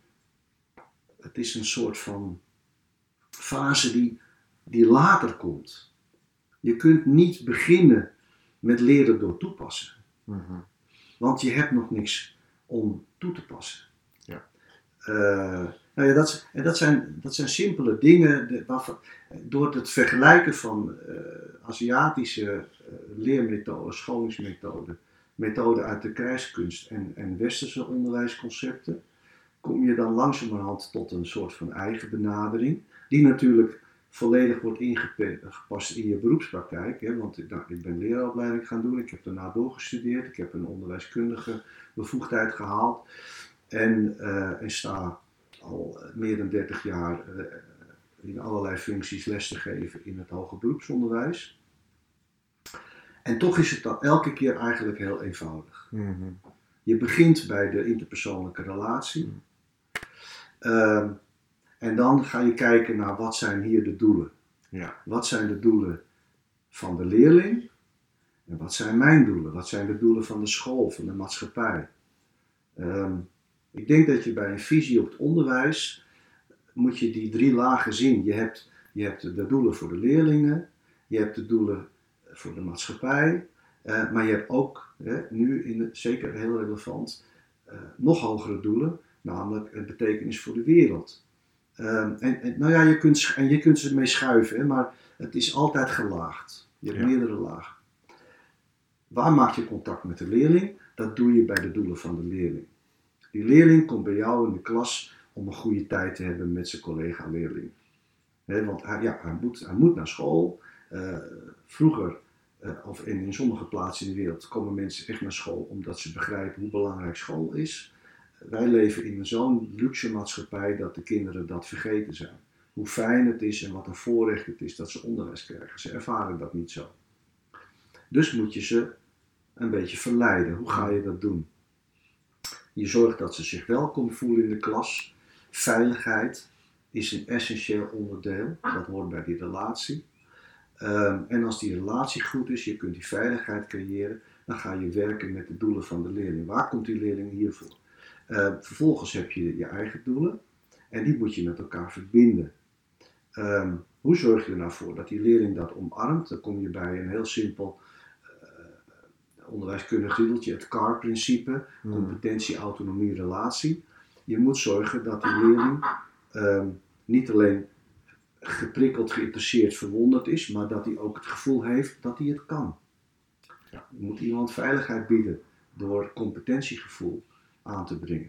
is een soort van fase die later komt. Je kunt niet beginnen met leren door toepassen. Want je hebt nog niks om toe te passen. Ja. Dat zijn simpele dingen. Door het vergelijken van Aziatische leermethoden, scholingsmethoden, methoden uit de krijgskunst en westerse onderwijsconcepten, kom je dan langzamerhand tot een soort van eigen benadering, die natuurlijk volledig wordt ingepast in je beroepspraktijk. Hè? Want ik ben leraaropleiding gaan doen, ik heb daarna doorgestudeerd, ik heb een onderwijskundige bevoegdheid gehaald en sta al meer dan 30 jaar in allerlei functies les te geven in het hoger beroepsonderwijs. En toch is het dan elke keer eigenlijk heel eenvoudig. Je begint bij de interpersoonlijke relatie. En dan ga je kijken naar wat zijn hier de doelen. Ja. Wat zijn de doelen van de leerling? En wat zijn mijn doelen? Wat zijn de doelen van de school, van de maatschappij? Ik denk dat je bij een visie op het onderwijs moet je die 3 lagen zien. Je hebt de doelen voor de leerlingen, je hebt de doelen voor de maatschappij, maar je hebt ook, nu zeker heel relevant, nog hogere doelen, namelijk een betekenis voor de wereld. Je kunt ze mee schuiven, hè, maar het is altijd gelaagd. Je hebt meerdere lagen. Waar maak je contact met de leerling? Dat doe je bij de doelen van de leerling. Die leerling komt bij jou in de klas om een goede tijd te hebben met zijn collega-leerling. Want hij moet naar school. Vroeger, of in sommige plaatsen in de wereld, komen mensen echt naar school omdat ze begrijpen hoe belangrijk school is. Wij leven in zo'n luxe maatschappij dat de kinderen dat vergeten zijn. Hoe fijn het is en wat een voorrecht het is dat ze onderwijs krijgen. Ze ervaren dat niet zo. Dus moet je ze een beetje verleiden. Hoe ga je dat doen? Je zorgt dat ze zich welkom voelen in de klas. Veiligheid is een essentieel onderdeel. Dat hoort bij die relatie. En als die relatie goed is, je kunt die veiligheid creëren, dan ga je werken met de doelen van de leerling. Waar komt die leerling hiervoor? Vervolgens heb je je eigen doelen en die moet je met elkaar verbinden. Hoe zorg je er nou voor dat die leerling dat omarmt? Dan kom je bij een heel simpel onderwijskundig riedeltje, het CAR-principe, competentie, autonomie, relatie. Je moet zorgen dat die leerling niet alleen geprikkeld, geïnteresseerd, verwonderd is, maar dat hij ook het gevoel heeft dat hij het kan. Ja. Je moet iemand veiligheid bieden door competentiegevoel aan te brengen.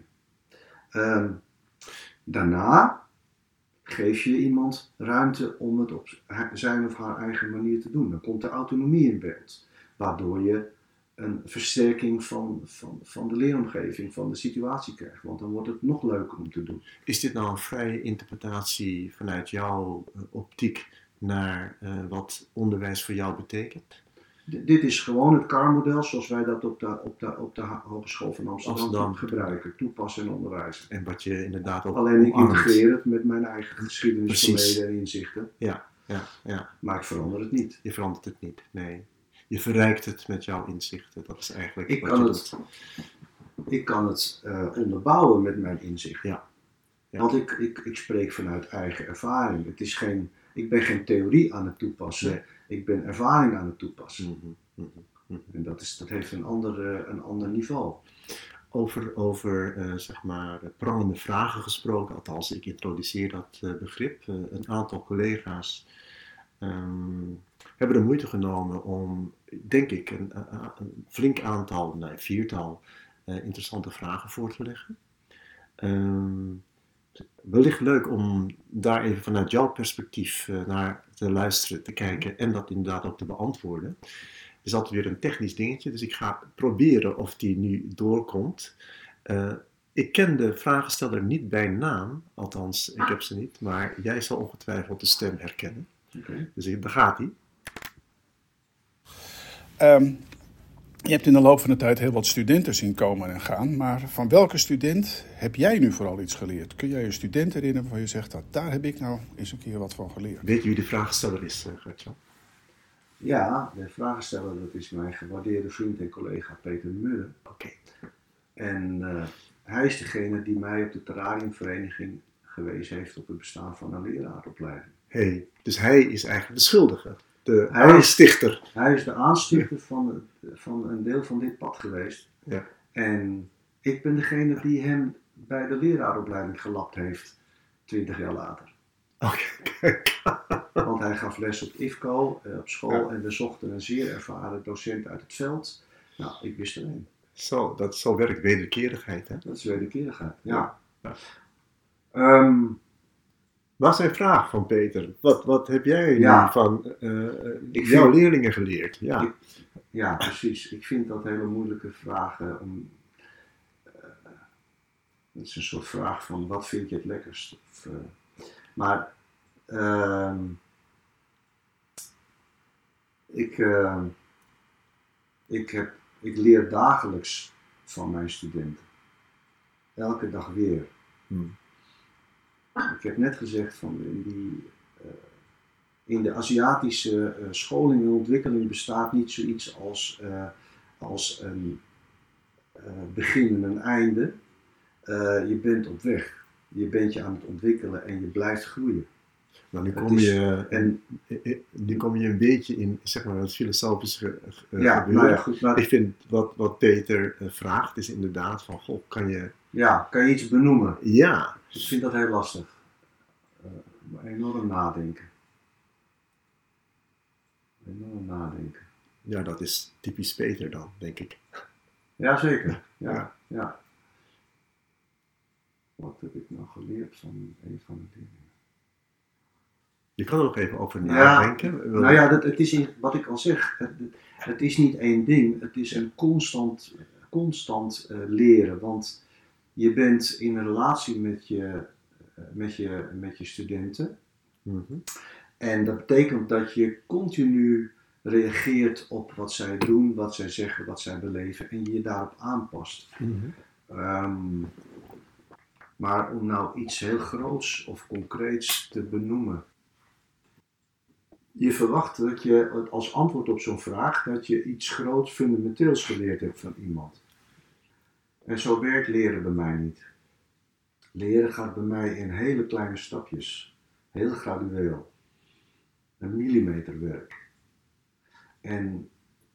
Daarna geef je iemand ruimte om het op zijn of haar eigen manier te doen. Dan komt de autonomie in beeld, waardoor je een versterking van de leeromgeving, van de situatie krijgt. Want dan wordt het nog leuker om te doen. Is dit nou een vrije interpretatie vanuit jouw optiek naar wat onderwijs voor jou betekent? Dit is gewoon het CAR-model zoals wij dat op de Hogeschool van Amsterdam gebruiken. Toepassen en onderwijs. En wat je inderdaad ook alleen ik integreer het met mijn eigen geschiedenisverleden en inzichten. Ja. Maar ik verander het niet. Je verandert het niet, nee. Je verrijkt het met jouw inzichten. Dat is eigenlijk Ik kan het onderbouwen met mijn inzichten. Ja. Want ik spreek vanuit eigen ervaring. Ik ben geen theorie aan het toepassen. Nee. Ik ben ervaring aan het toepassen. En dat heeft een ander niveau. Over zeg maar prangende vragen gesproken, althans ik introduceer dat begrip. Een aantal collega's hebben de moeite genomen om, denk ik, een flink aantal, een 4-tal interessante vragen voor te leggen. Wellicht leuk om daar even vanuit jouw perspectief naar te luisteren, te kijken en dat inderdaad ook te beantwoorden. Het is altijd weer een technisch dingetje, dus ik ga proberen of die nu doorkomt. Ik ken de vragensteller niet bij naam, althans, ik heb ze niet, maar jij zal ongetwijfeld de stem herkennen. Okay. Dus daar gaat hij. Je hebt in de loop van de tijd heel wat studenten zien komen en gaan, maar van welke student heb jij nu vooral iets geleerd? Kun jij je student herinneren waarvan je zegt, daar heb ik nou eens een keer wat van geleerd? Weet je wie de vragensteller is, Gert-Jan? Ja, de vragensteller, dat is mijn gewaardeerde vriend en collega Peter Muller. Oké. En hij is degene die mij op de terrariumvereniging gewezen heeft op het bestaan van een leraaropleiding. Hey, dus hij is eigenlijk de schuldige, de aanstichter. Hij is de aanstichter van een deel van dit pad geweest. Ja. En ik ben degene die hem bij de leraaropleiding gelapt heeft, 20 jaar later. Oké. Want hij gaf les op IFCO, op school, en we zochten een zeer ervaren docent uit het veld. Nou, ik wist er een. Zo werkt wederkerigheid, hè? Dat is wederkerigheid, ja. Wat is zijn vraag van Peter? Wat heb jij Ja. nu van Ik jouw vind- leerlingen geleerd? Ja. Ja, precies. Ik vind dat hele moeilijke vragen. Het is een soort vraag van wat vind je het lekkerst? Maar ik leer dagelijks van mijn studenten. Elke dag weer. Ik heb net gezegd van in de Aziatische scholing en ontwikkeling bestaat niet zoiets als een begin en een einde. Je bent op weg. Je bent je aan het ontwikkelen en je blijft groeien. Nou, nu kom je een beetje in, zeg maar, het filosofische Ja, gebeuren. nou ja, goed. Maar, Ik vind wat Peter vraagt is inderdaad van, goh, kan je... ja, kan je iets benoemen? Ja. Ik vind dat heel lastig. Enorm nadenken. Enorm nadenken. Ja, dat is typisch Peter dan, denk ik. Jazeker. Ja. Wat heb ik nou geleerd van een van de dingen? Je kan er nog even over nadenken. Nou ja, het is wat ik al zeg. Het is niet één ding. Het is een constant leren. Want je bent in een relatie met je studenten. Mm-hmm. En dat betekent dat je continu reageert op wat zij doen, wat zij zeggen, wat zij beleven. En je daarop aanpast. Mm-hmm. Maar om nou iets heel groots of concreets te benoemen. Je verwacht dat je als antwoord op zo'n vraag dat je iets groots fundamenteels geleerd hebt van iemand. En zo werkt leren bij mij niet. Leren gaat bij mij in hele kleine stapjes. Heel gradueel. Een millimeterwerk. En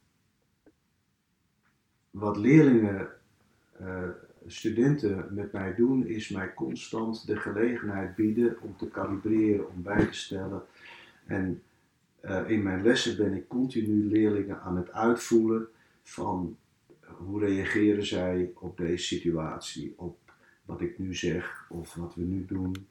wat leerlingen, studenten met mij doen, is mij constant de gelegenheid bieden om te kalibreren, om bij te stellen. En in mijn lessen ben ik continu leerlingen aan het uitvoelen van hoe reageren zij op deze situatie, op wat ik nu zeg of wat we nu doen.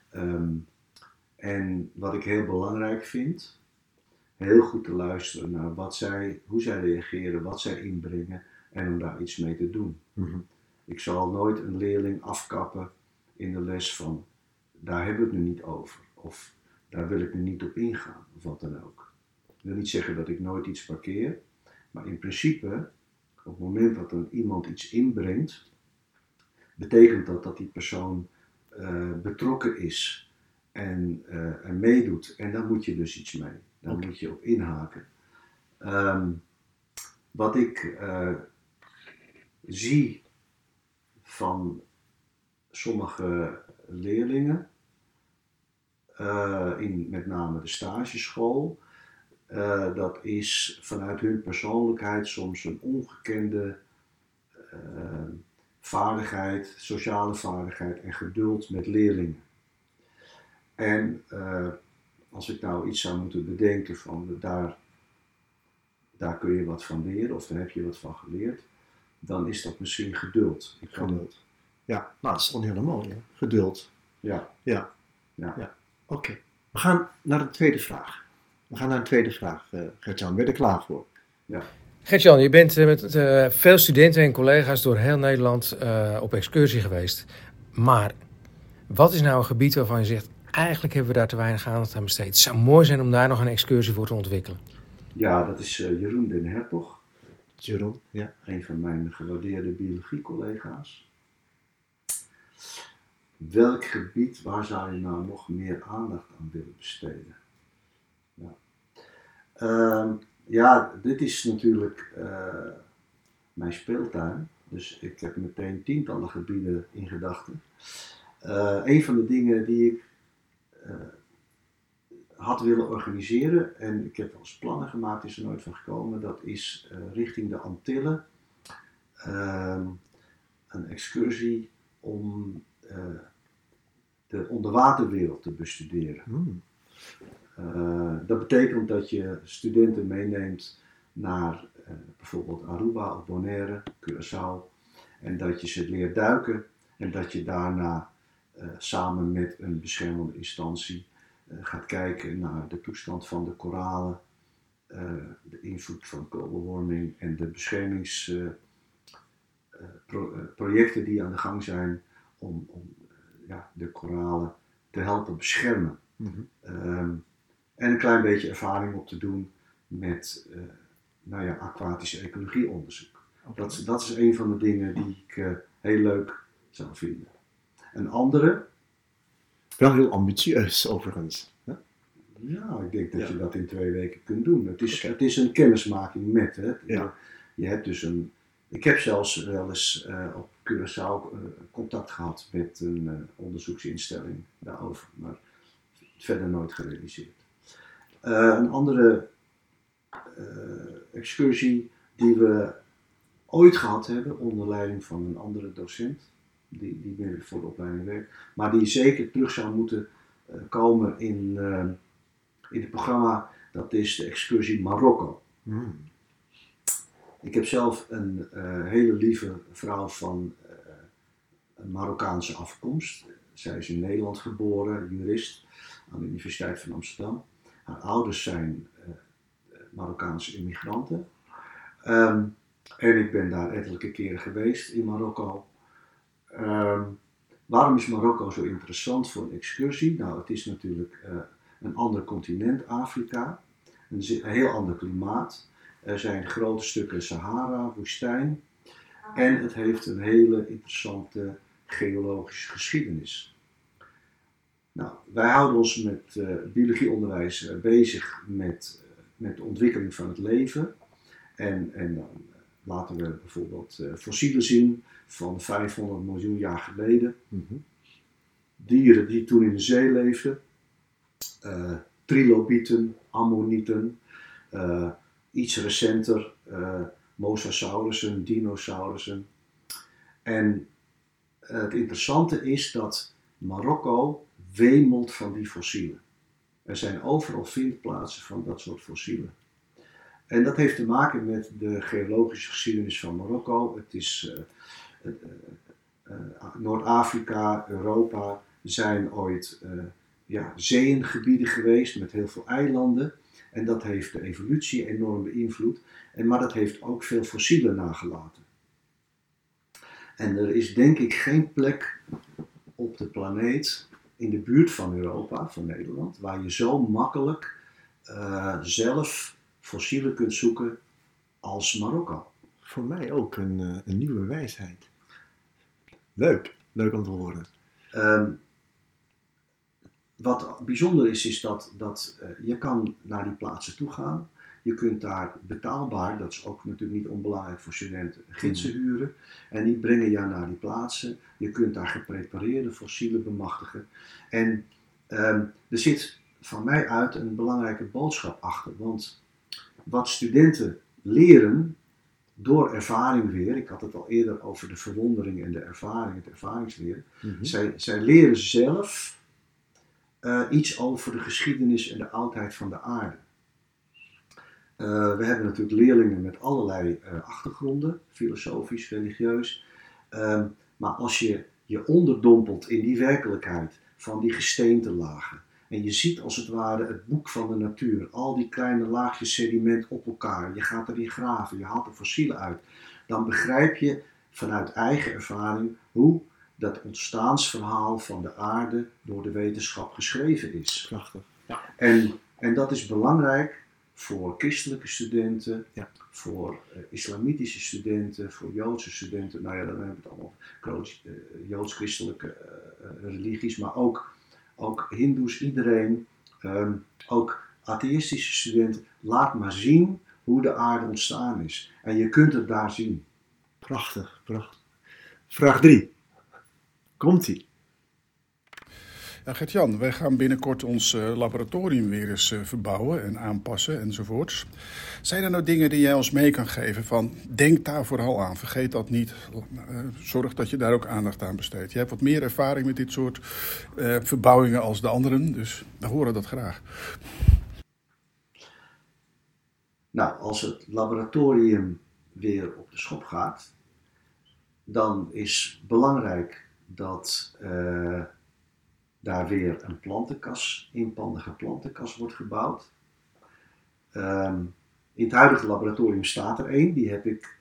En wat ik heel belangrijk vind, heel goed te luisteren naar hoe zij reageren, wat zij inbrengen en om daar iets mee te doen. Mm-hmm. Ik zal nooit een leerling afkappen in de les van, daar hebben we het nu niet over. Of daar wil ik nu niet op ingaan, of wat dan ook. Ik wil niet zeggen dat ik nooit iets parkeer, maar in principe, op het moment dat er iemand iets inbrengt, betekent dat die persoon betrokken is en meedoet. En daar moet je dus iets mee. Daar moet je op inhaken. Wat ik zie van sommige leerlingen, in met name de stageschool, dat is vanuit hun persoonlijkheid soms een ongekende vaardigheid, sociale vaardigheid en geduld met leerlingen. En als ik nou iets zou moeten bedenken van daar kun je wat van leren of daar heb je wat van geleerd, dan is dat misschien geduld. Geduld. Ja, nou dat is gewoon heel mooi, hè? Geduld. Ja. Oké. We gaan naar de tweede vraag. Gert-Jan, ben je er klaar voor? Ja. Gert-Jan, je bent met veel studenten en collega's door heel Nederland op excursie geweest. Maar wat is nou een gebied waarvan je zegt, eigenlijk hebben we daar te weinig aandacht aan besteed. Het zou mooi zijn om daar nog een excursie voor te ontwikkelen. Ja, dat is Jeroen den Hertog. Jeroen, ja. Een van mijn gewaardeerde biologiecollega's. Welk gebied, waar zou je nou nog meer aandacht aan willen besteden? Ja, dit is natuurlijk mijn speeltuin. Dus ik heb meteen tientallen gebieden in gedachten. Een van de dingen die ik had willen organiseren, en ik heb wel eens plannen gemaakt, is er nooit van gekomen, dat is richting de Antillen een excursie om de onderwaterwereld te bestuderen. Dat betekent dat je studenten meeneemt naar bijvoorbeeld Aruba of Bonaire, Curaçao, en dat je ze leert duiken en dat je daarna samen met een beschermende instantie gaat kijken naar de toestand van de koralen, de invloed van global warming en de beschermingsprojecten die aan de gang zijn om de koralen te helpen beschermen. En een klein beetje ervaring op te doen met aquatische ecologieonderzoek. Okay. Dat is een van de dingen die ik heel leuk zou vinden. Een andere... Wel heel ambitieus overigens. Hè? Ja, ik denk dat je dat in 2 weken kunt doen. Het is een kennismaking met. Hè. Ja. Je hebt dus ik heb zelfs wel eens op Curaçao contact gehad met een onderzoeksinstelling daarover, maar verder nooit gerealiseerd. Een andere excursie die we ooit gehad hebben onder leiding van een andere docent, die meer voor de opleiding werkt, maar die zeker terug zou moeten komen in het programma, dat is de excursie Marokko. Ik heb zelf een hele lieve vrouw van een Marokkaanse afkomst. Zij is in Nederland geboren, jurist aan de Universiteit van Amsterdam. Haar ouders zijn Marokkaanse immigranten. En ik ben daar ettelijke keren geweest in Marokko. Waarom is Marokko zo interessant voor een excursie? Nou, het is natuurlijk een ander continent, Afrika. Een heel ander klimaat. Er zijn grote stukken Sahara, woestijn. En het heeft een hele interessante geologische geschiedenis. Nou, wij houden ons met biologieonderwijs bezig met de ontwikkeling van het leven. En dan laten we bijvoorbeeld fossielen zien van 500 miljoen jaar geleden. Dieren die toen in de zee leefden. Trilobieten, ammonieten. Iets recenter, mosasaurussen, dinosaurussen. En het interessante is dat Marokko wemelt van die fossielen. Er zijn overal vindplaatsen van dat soort fossielen. En dat heeft te maken met de geologische geschiedenis van Marokko. Het is Noord-Afrika, Europa zijn ooit zeeëngebieden geweest met heel veel eilanden. En dat heeft de evolutie enorm beïnvloed. Maar dat heeft ook veel fossielen nagelaten. En er is denk ik geen plek op de planeet in de buurt van Europa, van Nederland, waar je zo makkelijk zelf fossielen kunt zoeken als Marokko. Voor mij ook een nieuwe wijsheid. Leuk om te horen. Wat bijzonder is dat je kan naar die plaatsen toe gaan. Je kunt daar betaalbaar, dat is ook natuurlijk niet onbelangrijk voor studenten, gidsen huren. En die brengen jou naar die plaatsen. Je kunt daar geprepareerde fossielen bemachtigen. En er zit van mij uit een belangrijke boodschap achter. Want wat studenten leren door ervaring weer, ik had het al eerder over de verwondering en de ervaring, het ervaringsleren. Zij leren zelf iets over de geschiedenis en de oudheid van de aarde. We hebben natuurlijk leerlingen met allerlei achtergronden, filosofisch, religieus. Maar als je je onderdompelt in die werkelijkheid van die gesteentelagen En je ziet als het ware het boek van de natuur. Al die kleine laagjes sediment op elkaar. Je gaat erin graven, je haalt er fossielen uit. Dan begrijp je vanuit eigen ervaring hoe dat ontstaansverhaal van de aarde door de wetenschap geschreven is. Prachtig. Ja. En dat is belangrijk voor christelijke studenten, Ja. voor islamitische studenten, voor Joodse studenten. Nou ja, dan hebben we het allemaal Joods-christelijke religies, maar ook Hindoes, iedereen, ook atheïstische studenten. Laat maar zien hoe de aarde ontstaan is. En je kunt het daar zien. Prachtig, prachtig. Vraag 3. Komt-ie. Ja, Gert-Jan, wij gaan binnenkort ons laboratorium weer eens verbouwen en aanpassen enzovoorts. Zijn er nou dingen die jij ons mee kan geven van denk daar vooral aan, vergeet dat niet, zorg dat je daar ook aandacht aan besteedt. Je hebt wat meer ervaring met dit soort verbouwingen als de anderen, dus we horen dat graag. Nou, als het laboratorium weer op de schop gaat, dan is belangrijk dat daar weer een plantenkas, inpandige plantenkas wordt gebouwd. In het huidige laboratorium staat er één, die heb ik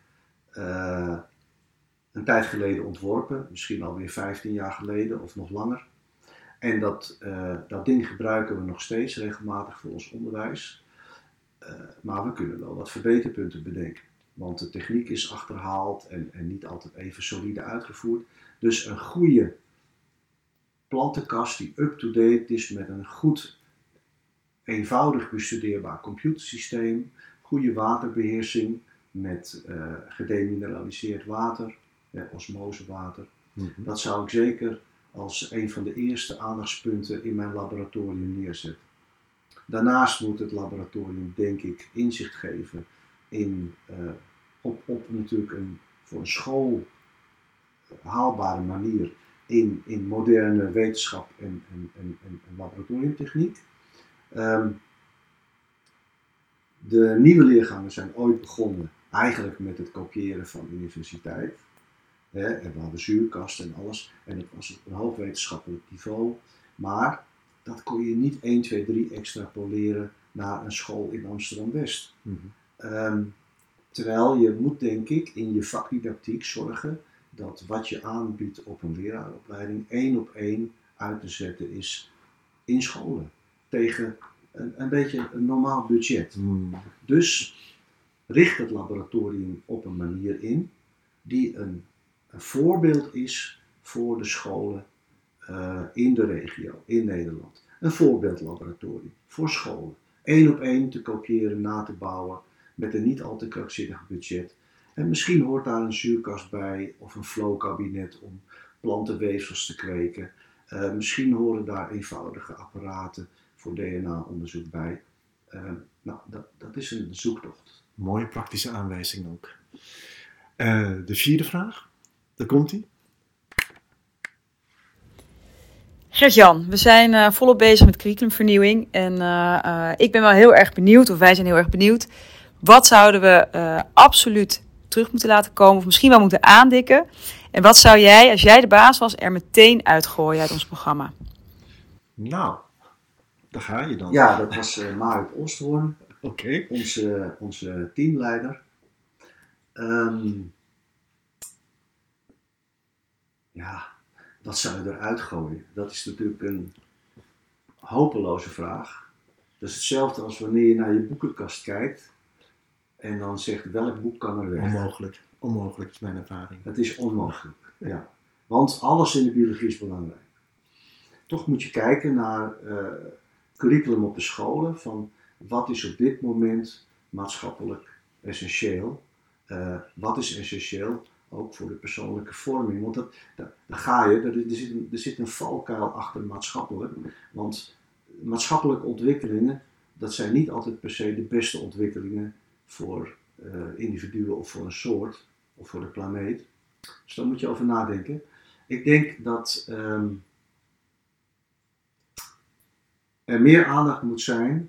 een tijd geleden ontworpen, misschien alweer 15 jaar geleden of nog langer. En dat ding gebruiken we nog steeds regelmatig voor ons onderwijs. Maar we kunnen wel wat verbeterpunten bedenken. Want de techniek is achterhaald en niet altijd even solide uitgevoerd. Dus een goede plantenkast die up-to-date is met een goed, eenvoudig bestudeerbaar computersysteem. Goede waterbeheersing met gedemineraliseerd water, osmosewater. Mm-hmm. Dat zou ik zeker als een van de eerste aandachtspunten in mijn laboratorium neerzetten. Daarnaast moet het laboratorium, denk ik, inzicht geven in, op natuurlijk voor een school haalbare manier in moderne wetenschap en laboratoriumtechniek. De nieuwe leergangen zijn ooit begonnen eigenlijk met het kopiëren van de universiteit. En we hadden zuurkasten en alles. En het was op een hoogwetenschappelijk niveau. Maar dat kon je niet 1, 2, 3 extrapoleren naar een school in Amsterdam-West. Mm-hmm. Terwijl je moet, denk ik, in je vakdidactiek zorgen dat wat je aanbiedt op een leraaropleiding 1 op 1 uit te zetten is in scholen. Tegen een beetje een normaal budget. Mm. Dus richt het laboratorium op een manier in die een voorbeeld is voor de scholen in de regio, in Nederland. Een voorbeeldlaboratorium voor scholen. 1 op 1 te kopiëren, na te bouwen met een niet al te krankzinnig budget. En misschien hoort daar een zuurkast bij of een flow-kabinet om plantenweefsels te kweken. Misschien horen daar eenvoudige apparaten voor DNA-onderzoek bij. Nou, dat is een zoektocht. Mooie praktische aanwijzing ook. De 4e vraag, daar komt-ie. Gert-Jan, we zijn volop bezig met curriculumvernieuwing en ik ben wel heel erg benieuwd, of wij zijn heel erg benieuwd, wat zouden we absoluut terug moeten laten komen of misschien wel moeten aandikken? En wat zou jij, als jij de baas was, er meteen uitgooien uit ons programma? Nou, daar ga je dan. Ja, dat was Marit Oosthoorn, Oké. onze teamleider. Ja, wat zou je eruit gooien? Dat is natuurlijk een hopeloze vraag. Dat is hetzelfde als wanneer je naar je boekenkast kijkt en dan zegt welk boek kan er weg. Onmogelijk. Onmogelijk is mijn ervaring. Dat is onmogelijk, ja. Want alles in de biologie is belangrijk. Toch moet je kijken naar curriculum op de scholen, van wat is op dit moment maatschappelijk essentieel. Wat is essentieel ook voor de persoonlijke vorming. Want daar ga je, er zit een valkuil achter maatschappelijk. Want maatschappelijke ontwikkelingen, dat zijn niet altijd per se de beste ontwikkelingen voor individuen of voor een soort of voor de planeet. Dus daar moet je over nadenken. Ik denk dat er meer aandacht moet zijn.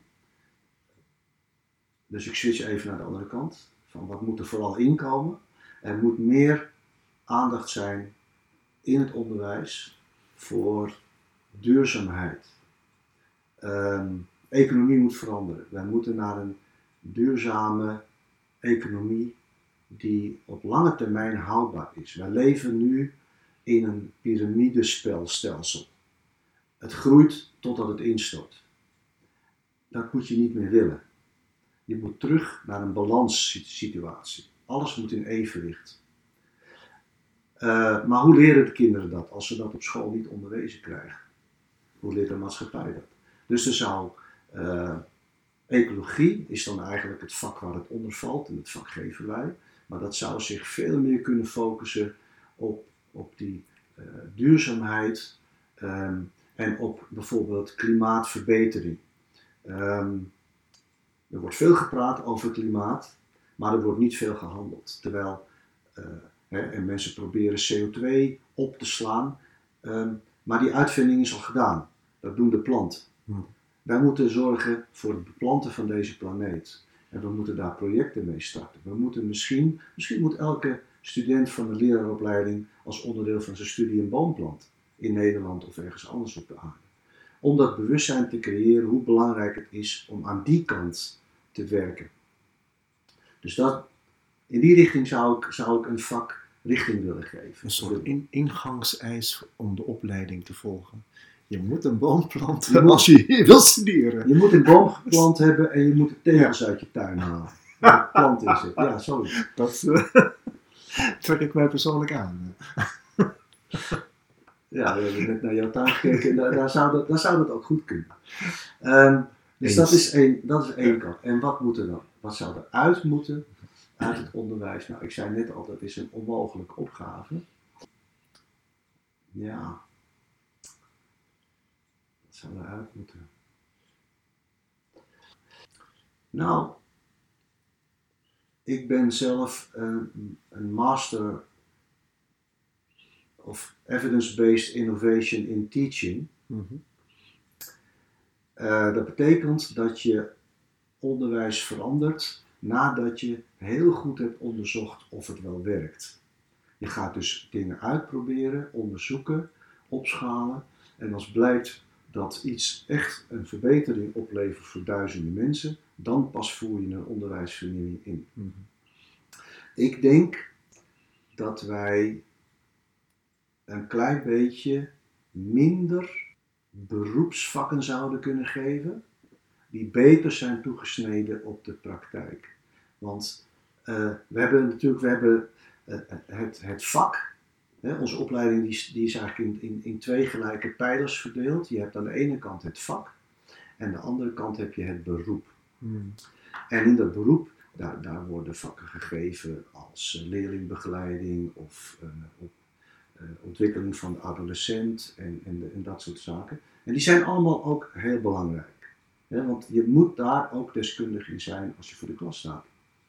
Dus ik switch even naar de andere kant. Van wat moet er vooral inkomen? Er moet meer aandacht zijn in het onderwijs voor duurzaamheid. Economie moet veranderen. Wij moeten naar een duurzame economie die op lange termijn houdbaar is. Wij leven nu in een piramidespelstelsel. Het groeit totdat het instort. Dat moet je niet meer willen. Je moet terug naar een balanssituatie. Alles moet in evenwicht. Maar hoe leren de kinderen dat als ze dat op school niet onderwezen krijgen? Hoe leert de maatschappij dat? Dus er zou ecologie is dan eigenlijk het vak waar het onder valt en het vak geven wij. Maar dat zou zich veel meer kunnen focussen op die duurzaamheid en op bijvoorbeeld klimaatverbetering. Er wordt veel gepraat over klimaat, maar er wordt niet veel gehandeld. Terwijl en mensen proberen CO2 op te slaan, maar die uitvinding is al gedaan. Dat doen de planten. Wij moeten zorgen voor het beplanten van deze planeet. En we moeten daar projecten mee starten. We moeten misschien moet elke student van de leraaropleiding als onderdeel van zijn studie een boom planten. In Nederland of ergens anders op de aarde. Om dat bewustzijn te creëren hoe belangrijk het is om aan die kant te werken. Dus in die richting zou ik een vak richting willen geven. Een soort ingangseis om de opleiding te volgen. Je moet een boom planten als je hier wil studeren. Je moet een boom geplant hebben en je moet de tegels uit je tuin halen. Waar plant in zit. Ja, sorry. Dat trek ik mij persoonlijk aan. Ja, we hebben net naar jouw tuin gekeken en daar zou dat ook goed kunnen. Dus dat is één kant. En wat moet er dan? Wat zou er uit moeten uit het onderwijs? Nou, ik zei net al, dat is een onmogelijke opgave. Ja. Wat zou er uit moeten? Nou, ik ben zelf een master of evidence-based innovation in teaching. Dat betekent dat je onderwijs verandert nadat je heel goed hebt onderzocht of het wel werkt. Je gaat dus dingen uitproberen, onderzoeken, opschalen. En als blijkt dat iets echt een verbetering oplevert voor duizenden mensen, dan pas voer je een onderwijsvernieuwing in. Ik denk dat wij een klein beetje minder beroepsvakken zouden kunnen geven die beter zijn toegesneden op de praktijk. Want we hebben het vak, onze opleiding die is eigenlijk in twee gelijke pijlers verdeeld. Je hebt aan de ene kant het vak en aan de andere kant heb je het beroep. En in dat beroep, daar worden vakken gegeven als leerlingbegeleiding of ontwikkeling van de adolescent en dat soort zaken. En die zijn allemaal ook heel belangrijk. Want je moet daar ook deskundig in zijn als je voor de klas staat.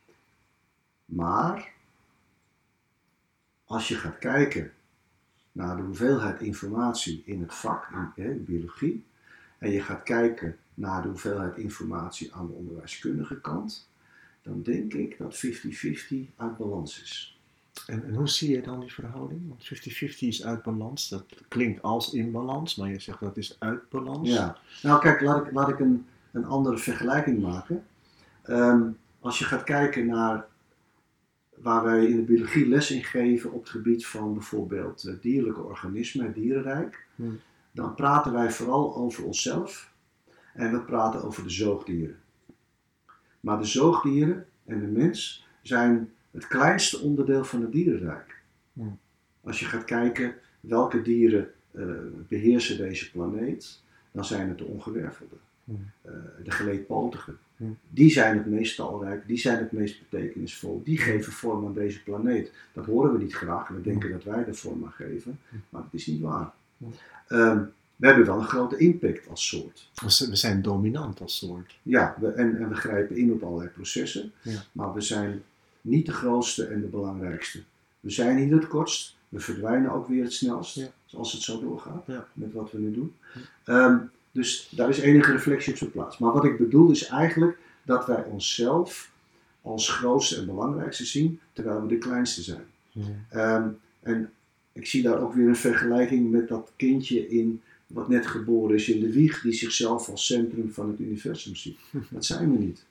Maar als je gaat kijken naar de hoeveelheid informatie in het vak, in biologie, en je gaat kijken naar de hoeveelheid informatie aan de onderwijskundige kant, dan denk ik dat 50-50 uit balans is. En hoe zie je dan die verhouding? Want 50-50 is uit balans, dat klinkt als in balans, maar je zegt dat is uit balans. Ja, nou kijk, laat ik een andere vergelijking maken. Als je gaat kijken naar waar wij in de biologie les in geven op het gebied van bijvoorbeeld dierlijke organismen, het dierenrijk, dan praten wij vooral over onszelf en we praten over de zoogdieren. Maar de zoogdieren en de mens zijn het kleinste onderdeel van het dierenrijk. Als je gaat kijken welke dieren beheersen deze planeet, dan zijn het de ongewervelden. De geleedpotigen. Die zijn het meest talrijk, die zijn het meest betekenisvol. Die geven vorm aan deze planeet. Dat horen we niet graag. We denken dat wij er vorm aan geven, maar dat is niet waar. We hebben wel een grote impact als soort. We zijn dominant als soort. Ja, en we grijpen in op allerlei processen, maar we zijn niet de grootste en de belangrijkste. We zijn hier het kortst, we verdwijnen ook weer het snelst, als het zo doorgaat met wat we nu doen. Dus daar is enige reflectie op zijn plaats. Maar wat ik bedoel is eigenlijk dat wij onszelf als grootste en belangrijkste zien, terwijl we de kleinste zijn. En ik zie daar ook weer een vergelijking met dat kindje in wat net geboren is in de wieg, die zichzelf als centrum van het universum ziet. Dat zijn we niet.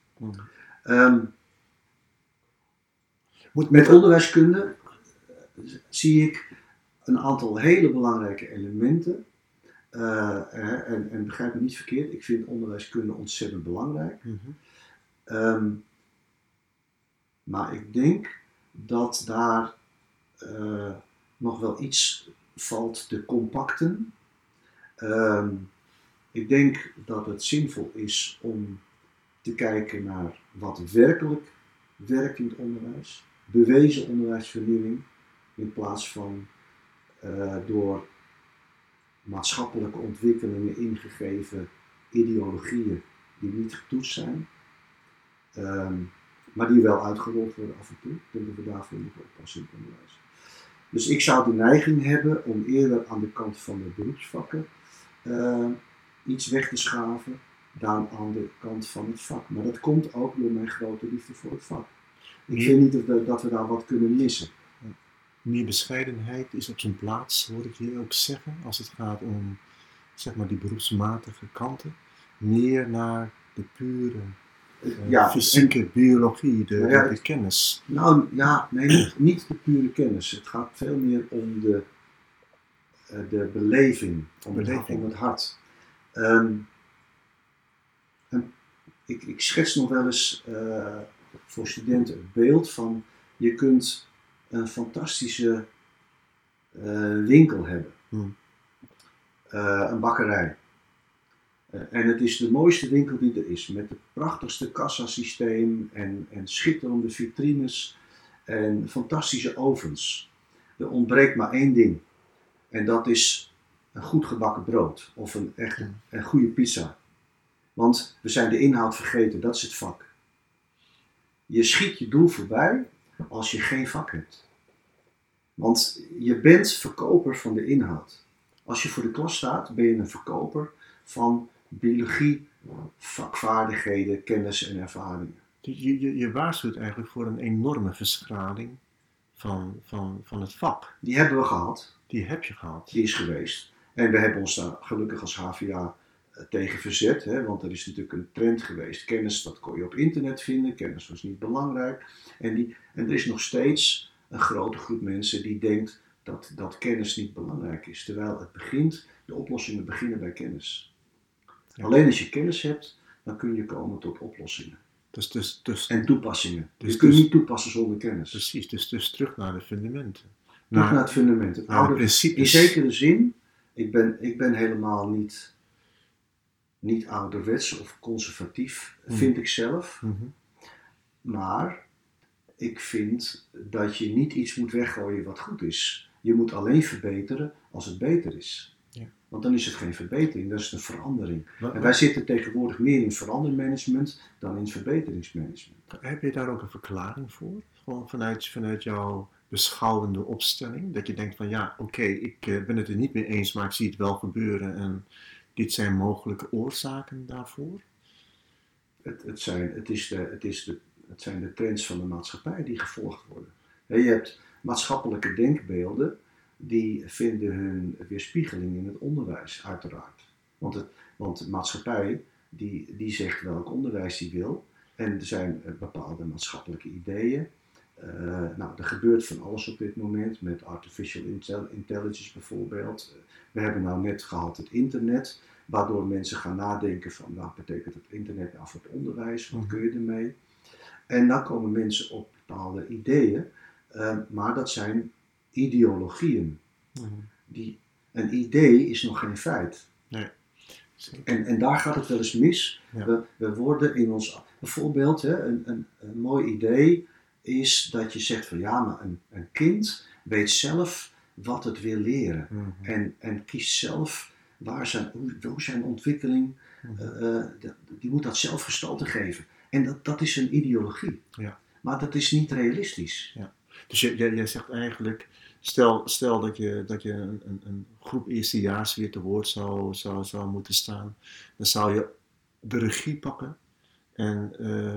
Met onderwijskunde zie ik een aantal hele belangrijke elementen. En begrijp me niet verkeerd, ik vind onderwijskunde ontzettend belangrijk. Maar ik denk dat daar nog wel iets valt te compacten. Ik denk dat het zinvol is om te kijken naar wat werkelijk werkt in het onderwijs. Bewezen onderwijsvernieuwing in plaats van door maatschappelijke ontwikkelingen ingegeven ideologieën die niet getoetst zijn. Maar die wel uitgerold worden af en toe. Ik denk dat we daarvoor moeten oppassen in het onderwijs. Dus ik zou de neiging hebben om eerder aan de kant van de beroepsvakken iets weg te schaven dan aan de kant van het vak. Maar dat komt ook door mijn grote liefde voor het vak. Ik vind niet dat we daar wat kunnen missen. Meer bescheidenheid is op zijn plaats, hoor ik je ook zeggen, als het gaat om zeg maar die beroepsmatige kanten. Meer naar de pure fysieke biologie, de kennis. Nou ja, nee, niet de pure kennis. Het gaat veel meer om de beleving, om het hart. Ik schets nog wel eens voor studenten het beeld van je kunt een fantastische winkel hebben. Een bakkerij. En het is de mooiste winkel die er is. Met het prachtigste kassasysteem en schitterende vitrines en fantastische ovens. Er ontbreekt maar één ding. En dat is een goed gebakken brood. Of een goede pizza. Want we zijn de inhoud vergeten. Dat is het vak. Je schiet je doel voorbij als je geen vak hebt. Want je bent verkoper van de inhoud. Als je voor de klas staat, ben je een verkoper van biologie, vakvaardigheden, kennis en ervaringen. Je waarschuwt eigenlijk voor een enorme verschraling van het vak. Die hebben we gehad. Die heb je gehad. Die is geweest. En we hebben ons daar gelukkig als HVA tegen verzet. Want er is natuurlijk een trend geweest. Kennis, dat kon je op internet vinden. Kennis was niet belangrijk. En er is nog steeds een grote groep mensen die denkt dat kennis niet belangrijk is. Terwijl de oplossingen beginnen bij kennis. Ja. Alleen als je kennis hebt, dan kun je komen tot oplossingen. En toepassingen. Je kunt niet toepassen zonder kennis. Precies, dus terug naar de fundamenten. Terug naar het fundament. Het oude principe. In zekere zin, ik ben helemaal niet ouderwets of conservatief, vind ik zelf. Maar ik vind dat je niet iets moet weggooien wat goed is. Je moet alleen verbeteren als het beter is. Ja. Want dan is het geen verbetering, dat is een verandering. En wij zitten tegenwoordig meer in verandermanagement dan in verbeteringsmanagement. Heb je daar ook een verklaring voor? Gewoon vanuit jouw beschouwende opstelling? Dat je denkt van ja, oké, ik ben het er niet mee eens, maar ik zie het wel gebeuren. En dit zijn mogelijke oorzaken daarvoor? Het zijn de trends van de maatschappij die gevolgd worden. Je hebt maatschappelijke denkbeelden die vinden hun weerspiegeling in het onderwijs, uiteraard. Want de maatschappij die zegt welk onderwijs die wil. En er zijn bepaalde maatschappelijke ideeën. Er gebeurt van alles op dit moment met artificial intelligence bijvoorbeeld. We hebben nou net gehad het internet, waardoor mensen gaan nadenken van wat betekent het internet nou voor het onderwijs, wat kun je ermee? En dan komen mensen op bepaalde ideeën, maar dat zijn ideologieën. Een idee is nog geen feit. Nee. En daar gaat het wel eens mis. Ja. We worden in ons, bijvoorbeeld een mooi idee is dat je zegt van ja, maar een kind weet zelf wat het wil leren. En kiest zelf hoe zijn ontwikkeling, die moet dat zelf gestalte geven. En dat is een ideologie. Ja. Maar dat is niet realistisch. Ja. Dus jij zegt eigenlijk, stel dat je een groep eerstejaars weer te woord zou moeten staan, dan zou je de regie pakken en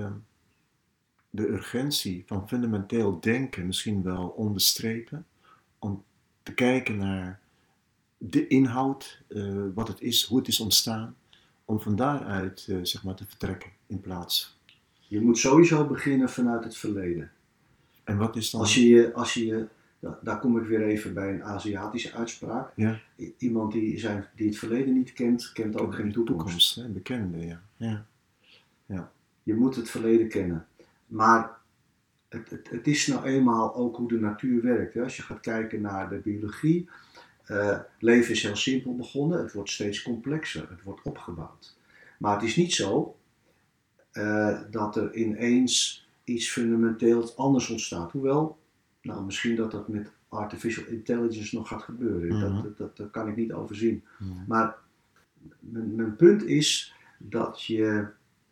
de urgentie van fundamenteel denken misschien wel onderstrepen, om te kijken naar de inhoud, wat het is, hoe het is ontstaan, om van daaruit zeg maar te vertrekken in plaats. Je moet sowieso beginnen vanuit het verleden. En wat is dan... Als je daar kom ik weer even bij een Aziatische uitspraak. Ja. Iemand die het verleden niet kent, kent ook geen toekomst. Hè? Bekende, ja. Je moet het verleden kennen. Maar het is nou eenmaal ook hoe de natuur werkt. Hè? Als je gaat kijken naar de biologie, leven is heel simpel begonnen. Het wordt steeds complexer. Het wordt opgebouwd. Maar het is niet zo dat er ineens iets fundamenteels anders ontstaat. Hoewel, nou misschien dat met artificial intelligence nog gaat gebeuren. Mm-hmm. Dat kan ik niet overzien. Mm-hmm. Maar mijn punt is dat je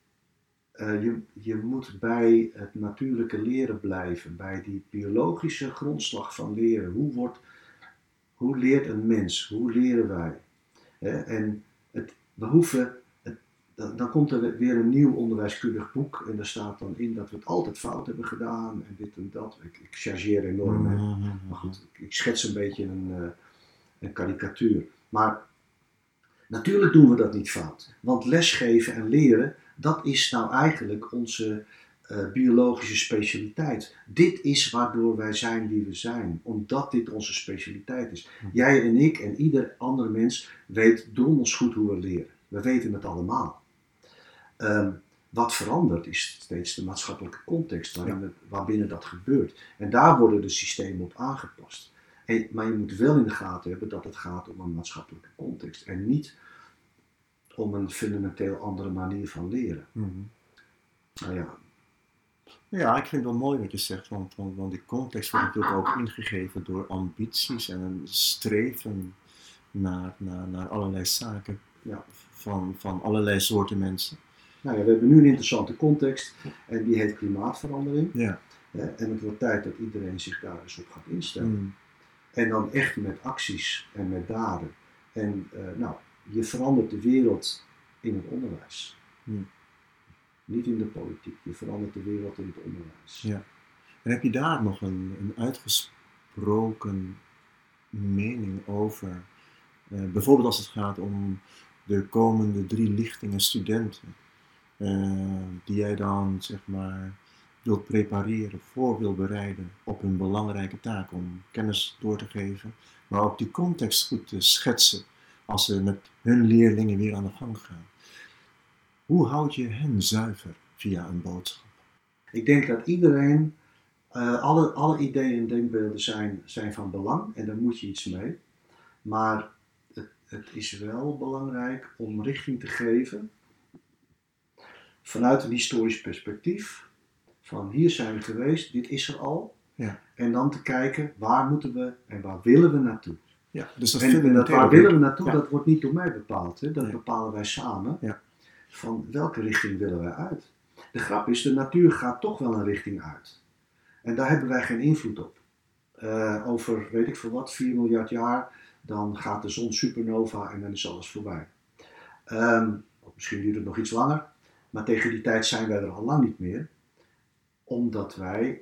moet bij het natuurlijke leren blijven. Bij die biologische grondslag van leren. Hoe leert een mens? Hoe leren wij? En we hoeven... Dan komt er weer een nieuw onderwijskundig boek en daar staat dan in dat we het altijd fout hebben gedaan en dit en dat. Ik chargeer enorm, maar goed, ik schets een beetje een karikatuur. Maar natuurlijk doen we dat niet fout, want lesgeven en leren, dat is nou eigenlijk onze biologische specialiteit. Dit is waardoor wij zijn wie we zijn, omdat dit onze specialiteit is. Jij en ik en ieder andere mens weet donders goed hoe we leren. We weten het allemaal. Wat verandert is steeds de maatschappelijke context waarbinnen dat gebeurt. En daar worden de systemen op aangepast. Maar je moet wel in de gaten hebben dat het gaat om een maatschappelijke context. En niet om een fundamenteel andere manier van leren. Mm-hmm. Nou ja. Ja, ik vind het wel mooi wat je zegt. Want die context wordt natuurlijk ook ingegeven door ambities en een streven naar allerlei zaken. Ja, van allerlei soorten mensen. Nou ja, we hebben nu een interessante context en die heet klimaatverandering. Ja. En het wordt tijd dat iedereen zich daar eens op gaat instellen. En dan echt met acties en met daden. En je verandert de wereld in het onderwijs. Niet in de politiek, je verandert de wereld in het onderwijs. Ja. En heb je daar nog een uitgesproken mening over? Bijvoorbeeld als het gaat om de komende 3 lichtingen studenten. Die jij dan zeg maar wilt prepareren, voor wil bereiden op hun belangrijke taak om kennis door te geven, maar ook die context goed te schetsen als ze met hun leerlingen weer aan de gang gaan. Hoe houd je hen zuiver via een boodschap? Ik denk dat iedereen, alle ideeën en denkbeelden zijn van belang en daar moet je iets mee. Maar het is wel belangrijk om richting te geven vanuit een historisch perspectief. Van hier zijn we geweest, dit is er al. Ja. En dan te kijken waar moeten we en waar willen we naartoe. Ja, dus dat waar willen we naartoe, ja. Dat wordt niet door mij bepaald. Hè? Dat bepalen wij samen. Ja. Van welke richting willen wij uit. De grap is, de natuur gaat toch wel een richting uit. En daar hebben wij geen invloed op. Over, weet ik veel wat, 4 miljard jaar, dan gaat de zon supernova en dan is alles voorbij. Misschien duurt het nog iets langer, maar tegen die tijd zijn wij er al lang niet meer. Omdat wij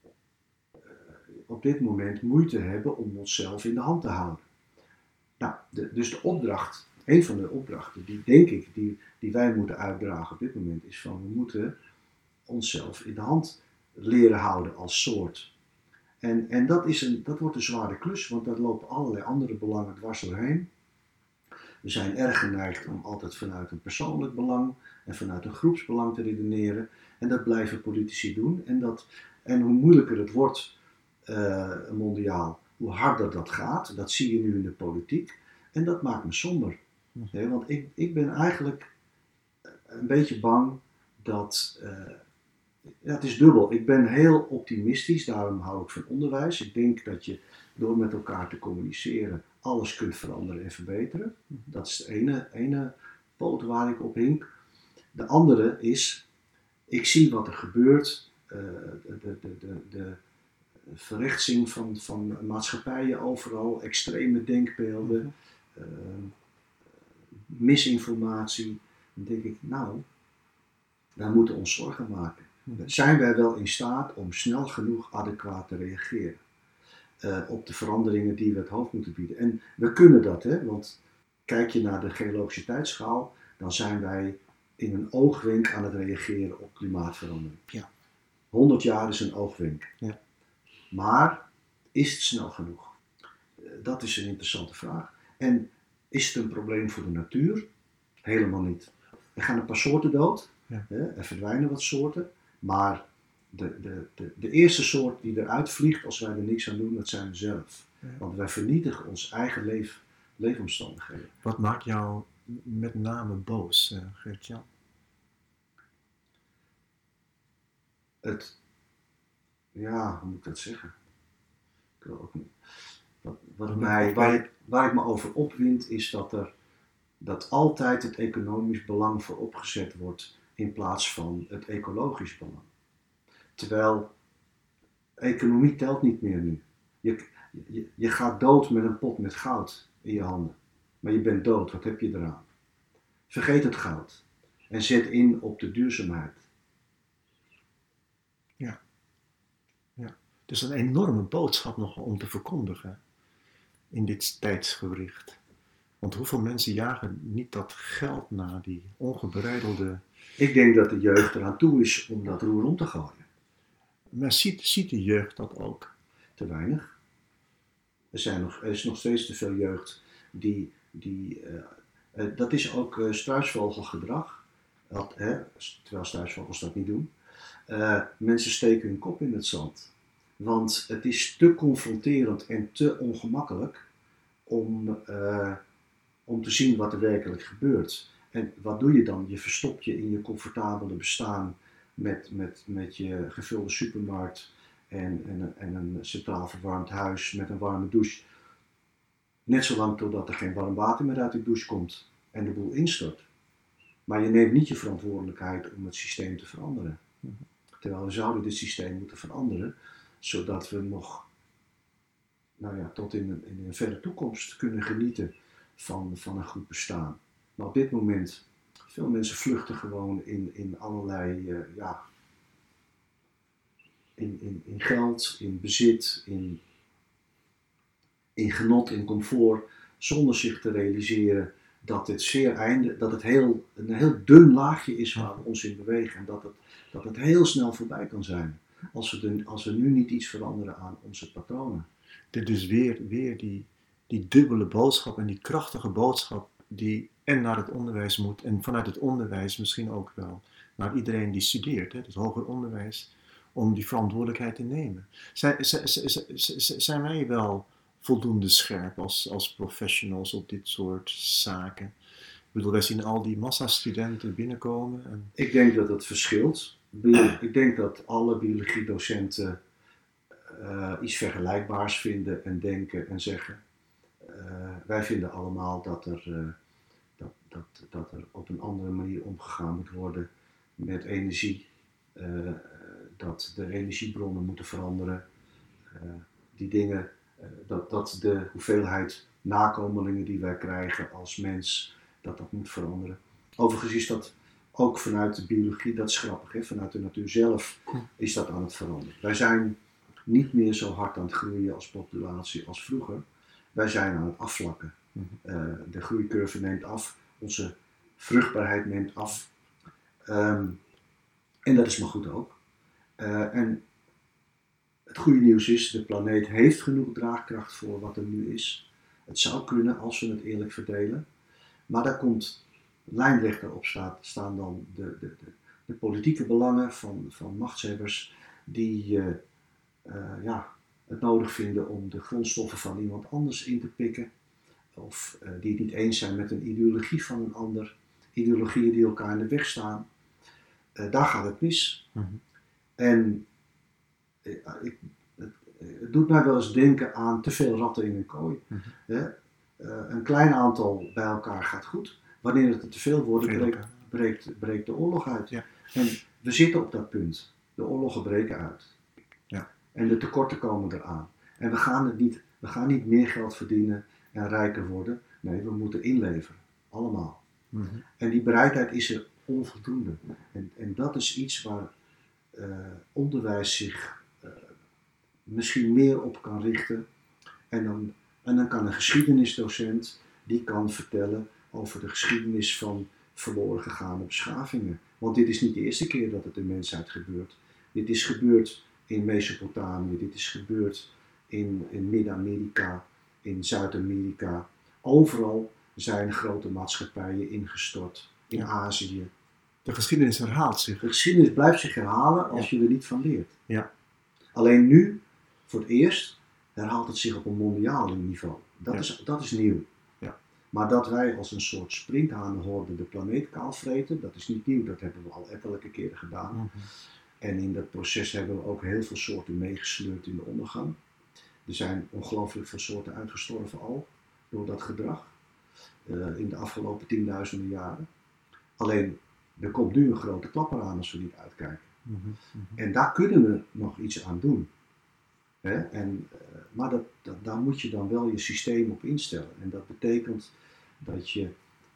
op dit moment moeite hebben om onszelf in de hand te houden. Nou, dus de opdracht, een van de opdrachten die denk ik, die wij moeten uitdragen op dit moment is van we moeten onszelf in de hand leren houden als soort. En dat wordt een zware klus, want daar lopen allerlei andere belangen dwars doorheen. We zijn erg geneigd om altijd vanuit een persoonlijk belang en vanuit een groepsbelang te redeneren. En dat blijven politici doen. En hoe moeilijker het wordt mondiaal, hoe harder dat gaat. Dat zie je nu in de politiek. En dat maakt me somber. Want ik ben eigenlijk een beetje bang dat... het is dubbel. Ik ben heel optimistisch, daarom hou ik van onderwijs. Ik denk dat je door met elkaar te communiceren alles kunt veranderen en verbeteren. Dat is de ene poot waar ik op hink. De andere is, ik zie wat er gebeurt. De verrechtsing van maatschappijen overal, extreme denkbeelden, misinformatie. Dan denk ik, wij moeten ons zorgen maken. Zijn wij wel in staat om snel genoeg adequaat te reageren? op de veranderingen die we het hoofd moeten bieden. En we kunnen dat, hè? Want kijk je naar de geologische tijdschaal, dan zijn wij in een oogwenk aan het reageren op klimaatverandering. Ja. 100 jaar is een oogwenk. Ja. Maar is het snel genoeg? Dat is een interessante vraag. En is het een probleem voor de natuur? Helemaal niet. Er gaan een paar soorten dood, Ja. Er verdwijnen wat soorten, maar de eerste soort die eruit vliegt als wij er niks aan doen, dat zijn we zelf. Ja. Want wij vernietigen ons eigen leefomstandigheden. Wat maakt jou met name boos, Gert-Jan? Ja, hoe moet ik dat zeggen? Ik wil ook niet. Waar ik me over opwind is dat altijd het economisch belang vooropgezet wordt in plaats van het ecologisch belang. Terwijl economie telt niet meer nu. Je gaat dood met een pot met goud in je handen. Maar je bent dood, wat heb je eraan? Vergeet het goud en zet in op de duurzaamheid. Ja. Het is een enorme boodschap nog om te verkondigen in dit tijdsgewricht. Want hoeveel mensen jagen niet dat geld na, die ongebreidelde... Ik denk dat de jeugd eraan toe is om dat roer om te gooien. Maar ziet de jeugd dat ook? Te weinig. Er is nog steeds te veel jeugd dat is ook struisvogelgedrag. Terwijl struisvogels dat niet doen. Mensen steken hun kop in het zand. Want het is te confronterend en te ongemakkelijk om te zien wat er werkelijk gebeurt. En wat doe je dan? Je verstopt je in je comfortabele bestaan met je gevulde supermarkt en een centraal verwarmd huis met een warme douche. Net zolang totdat er geen warm water meer uit die douche komt en de boel instort. Maar je neemt niet je verantwoordelijkheid om het systeem te veranderen. Terwijl we zouden dit systeem moeten veranderen, zodat we nog tot in een verre toekomst kunnen genieten van een goed bestaan. Maar op dit moment, veel mensen vluchten gewoon in allerlei, in geld, in bezit, in genot, in comfort, zonder zich te realiseren dat het een heel dun laagje is waar we ons in bewegen en dat het heel snel voorbij kan zijn als we nu niet iets veranderen aan onze patronen. Dit is weer die dubbele boodschap en die krachtige boodschap die en naar het onderwijs moet en vanuit het onderwijs misschien ook wel naar iedereen die studeert, het hoger onderwijs, om die verantwoordelijkheid te nemen. Zijn wij wel voldoende scherp als professionals op dit soort zaken? Ik bedoel, wij zien al die massastudenten binnenkomen. En... Ik denk dat het verschilt. Ik denk dat alle biologiedocenten iets vergelijkbaars vinden en denken en zeggen. Wij vinden allemaal dat er op een andere manier omgegaan moet worden met energie. Dat de energiebronnen moeten veranderen. Die dingen, dat de hoeveelheid nakomelingen die wij krijgen als mens, dat moet veranderen. Overigens is dat ook vanuit de biologie, dat is grappig, hè? Vanuit de natuur zelf is dat aan het veranderen. Wij zijn niet meer zo hard aan het groeien als populatie als vroeger. Wij zijn aan het afvlakken. De groeicurve neemt af, onze vruchtbaarheid neemt af. En dat is maar goed ook. En het goede nieuws is, de planeet heeft genoeg draagkracht voor wat er nu is. Het zou kunnen als we het eerlijk verdelen. Maar daar komt lijnrecht op staan dan de politieke belangen van machtshebbers die het nodig vinden om de grondstoffen van iemand anders in te pikken. Of die het niet eens zijn met een ideologie van een ander. Ideologieën die elkaar in de weg staan. Daar gaat het mis. En het doet mij wel eens denken aan te veel ratten in een kooi. Een klein aantal bij elkaar gaat goed. Wanneer het er te veel worden, breekt de oorlog uit. Ja. En we zitten op dat punt. De oorlogen breken uit. Ja. En de tekorten komen eraan. En we gaan niet meer geld verdienen en rijker worden. Nee, we moeten inleveren. Allemaal. En die bereidheid is er onvoldoende. En dat is iets waar onderwijs zich misschien meer op kan richten. En dan kan een geschiedenisdocent, die kan vertellen over de geschiedenis van verloren gegaane beschavingen. Want dit is niet de eerste keer dat het in de mensheid gebeurt. Dit is gebeurd in Mesopotamië, dit is gebeurd in Midden-Amerika, in Zuid-Amerika. Overal zijn grote maatschappijen ingestort, in Azië. De geschiedenis herhaalt zich. De geschiedenis blijft zich herhalen als je er niet van leert. Ja. Alleen nu, voor het eerst, herhaalt het zich op een mondiaal niveau. Dat is nieuw. Ja. Maar dat wij als een soort sprinkhanenhorde de planeet kaalvreten, dat is niet nieuw. Dat hebben we al ettelijke keren gedaan. Mm-hmm. En in dat proces hebben we ook heel veel soorten meegesleurd in de ondergang. Er zijn ongelooflijk veel soorten uitgestorven al, door dat gedrag. In de afgelopen 10.000 jaren. Alleen, er komt nu een grote klapper aan als we niet uitkijken. Mm-hmm. En daar kunnen we nog iets aan doen. Maar daar moet je dan wel je systeem op instellen. En dat betekent dat je,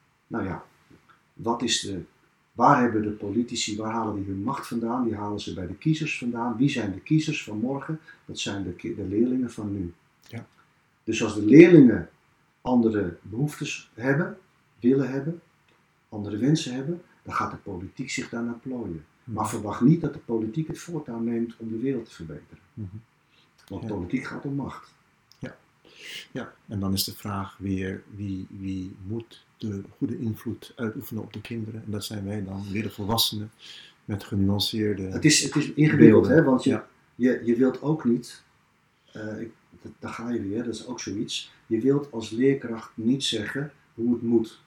waar hebben de politici, waar halen die hun macht vandaan? Die halen ze bij de kiezers vandaan. Wie zijn de kiezers van morgen? Dat zijn de leerlingen van nu. Ja. Dus als de leerlingen andere behoeftes willen hebben, andere wensen hebben, dan gaat de politiek zich daarnaar plooien. Maar verwacht niet dat de politiek het voortouw neemt om de wereld te verbeteren. Mm-hmm. Want politiek gaat om macht. Ja, en dan is de vraag weer wie moet de goede invloed uitoefenen op de kinderen. En dat zijn wij dan, weer de volwassenen, met genuanceerde... Het is ingewikkeld, beelden. hè? Want je wilt ook niet, daar ga je weer, dat is ook zoiets. Je wilt als leerkracht niet zeggen hoe het moet.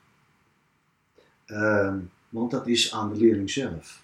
Want dat is aan de leerling zelf.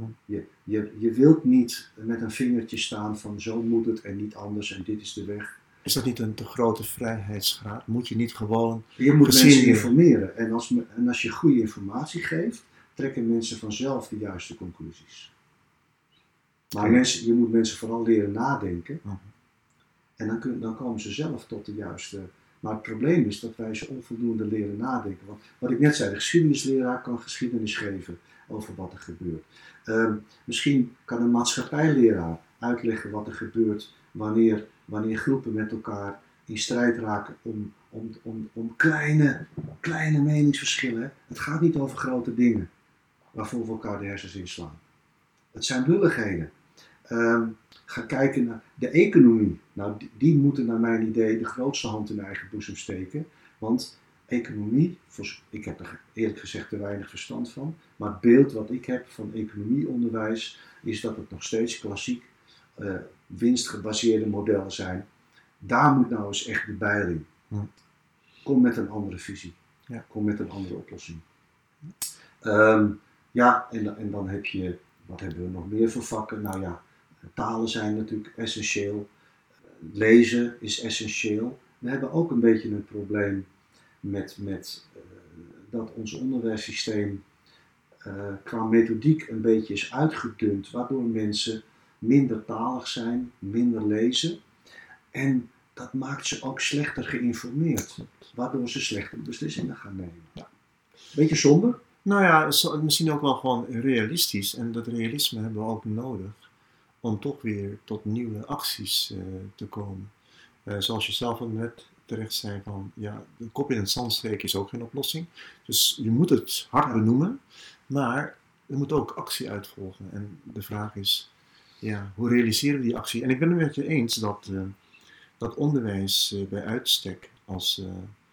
Je wilt niet met een vingertje staan van zo moet het en niet anders en dit is de weg. Is dat niet een te grote vrijheidsgraad? Moet je niet gewoon... Je moet mensen informeren. En als je goede informatie geeft, trekken mensen vanzelf de juiste conclusies. Maar je moet mensen vooral leren nadenken. En dan komen ze zelf tot de juiste... Maar het probleem is dat wij ze onvoldoende leren nadenken. Want wat ik net zei, de geschiedenisleraar kan geschiedenis geven over wat er gebeurt. Misschien kan een maatschappijleraar uitleggen wat er gebeurt wanneer groepen met elkaar in strijd raken om kleine meningsverschillen. Het gaat niet over grote dingen waarvoor we elkaar de hersens inslaan. Het zijn lulligheden. Ga kijken naar de economie. Nou, die moeten naar mijn idee de grootste hand in eigen boezem steken. Want economie, ik heb er eerlijk gezegd te weinig verstand van. Maar het beeld wat ik heb van economieonderwijs is dat het nog steeds klassiek winstgebaseerde modellen zijn. Daar moet nou eens echt de bijl in. Kom met een andere visie. Ja. Kom met een andere oplossing. En dan heb je, wat hebben we nog meer voor vakken? Nou ja, talen zijn natuurlijk essentieel. Lezen is essentieel. We hebben ook een beetje een probleem met dat ons onderwijssysteem qua methodiek een beetje is uitgedund, waardoor mensen minder talig zijn, minder lezen. En dat maakt ze ook slechter geïnformeerd, waardoor ze slechte beslissingen gaan nemen. Ja. Beetje somber? Nou ja, misschien ook wel gewoon realistisch. En dat realisme hebben we ook nodig om toch weer tot nieuwe acties te komen. Zoals je zelf al net terecht zei van, ja, de kop in het zand steken is ook geen oplossing. Dus je moet het hard benoemen, maar er moet ook actie uitvolgen. En de vraag is, ja, hoe realiseren we die actie? En ik ben het met je eens dat onderwijs bij uitstek als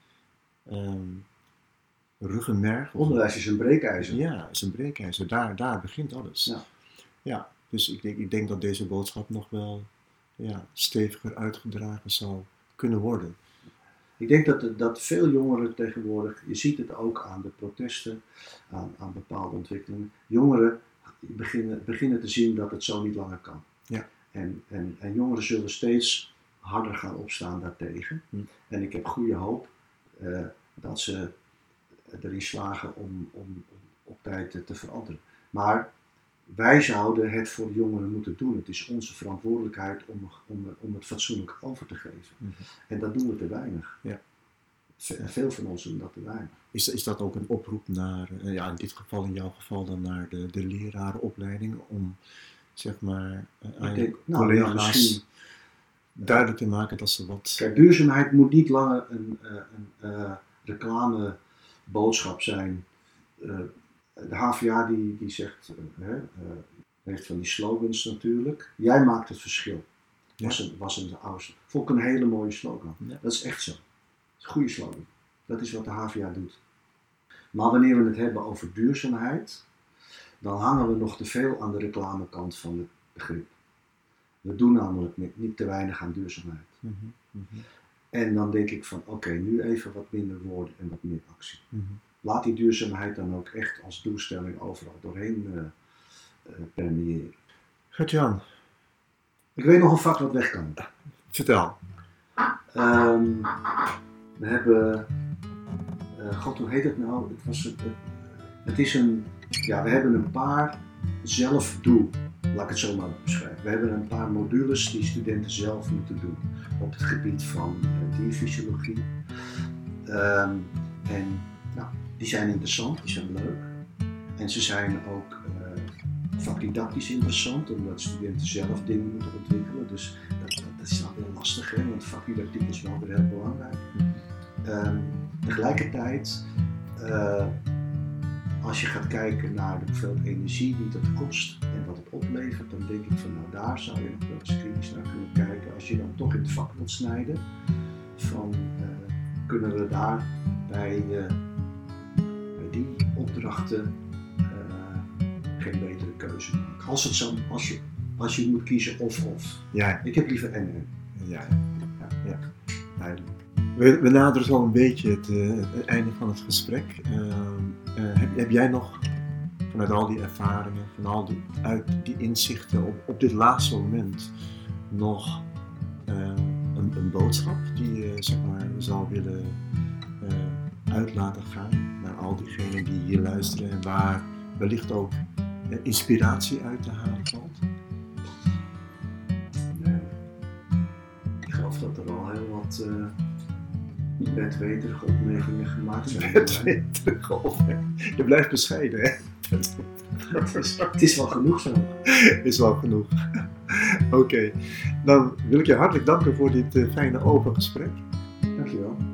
ruggenmerg... Onderwijs is een breekijzer. Ja, is een breekijzer. Daar begint alles. Ja, dus ik denk dat deze boodschap nog wel steviger uitgedragen zou kunnen worden. Ik denk dat veel jongeren tegenwoordig, je ziet het ook aan de protesten, aan bepaalde ontwikkelingen, jongeren beginnen te zien dat het zo niet langer kan. Ja. En jongeren zullen steeds harder gaan opstaan daartegen. En ik heb goede hoop dat ze erin slagen om op tijd te veranderen. Maar wij zouden het voor de jongeren moeten doen. Het is onze verantwoordelijkheid om het fatsoenlijk over te geven. En dat doen we te weinig. Ja. Veel van ons doen dat te weinig. Is dat ook een oproep naar, in jouw geval dan naar de lerarenopleiding om, zeg maar, aan collega's... misschien duidelijk te maken dat ze wat... Kijk, duurzaamheid moet niet langer een reclameboodschap zijn. De HVA die zegt, heeft van die slogans natuurlijk. Jij maakt het verschil. Was een oudste. Vond ik een hele mooie slogan. Ja. Dat is echt zo. Dat is een goede slogan. Dat is wat de HVA doet. Maar wanneer we het hebben over duurzaamheid, dan hangen we nog te veel aan de reclamekant van het begrip. We doen namelijk niet te weinig aan duurzaamheid. En dan denk ik van oké, nu even wat minder woorden en wat meer actie. Laat die duurzaamheid dan ook echt als doelstelling overal doorheen permeëren. Gert-Jan, Ik weet nog een vak wat weg kan. vertel. We hebben, god hoe heet het nou? Het is een, ja, we hebben een paar zelfdoel, laat ik het zo maar beschrijven. We hebben een paar modules die studenten zelf moeten doen op het gebied van dierfysiologie. En nou, die zijn interessant, die zijn leuk. En ze zijn ook vakdidactisch interessant, omdat studenten zelf dingen moeten ontwikkelen. Dus dat is dan weer lastig, hè? Want vakdidactiek is wel weer heel belangrijk. Tegelijkertijd, als je gaat kijken naar de hoeveelheid energie die dat kost en wat het oplevert, dan denk ik van nou daar zou je nog wel eens kritisch naar kunnen kijken. Als je dan toch in het vak wilt snijden, van kunnen we daar bij die opdrachten geen betere keuze maken. Als je moet kiezen of. Ja. Ik heb liever en. Ja. We naderen zo een beetje het einde van het gesprek. Heb jij nog, vanuit al die ervaringen, uit die inzichten op dit laatste moment, nog een boodschap die je zeg maar, zou willen uit laten gaan naar al diegenen die hier luisteren en waar wellicht ook inspiratie uit te halen valt? Ik geloof dat er al heel wat bedweterige opmerkingen gemaakt zijn. Bedweterige opmerkingen. Je blijft bescheiden, hè? Het is wel genoeg zo. Is wel genoeg. Oké, dan wil ik je hartelijk danken voor dit fijne open gesprek. Dankjewel.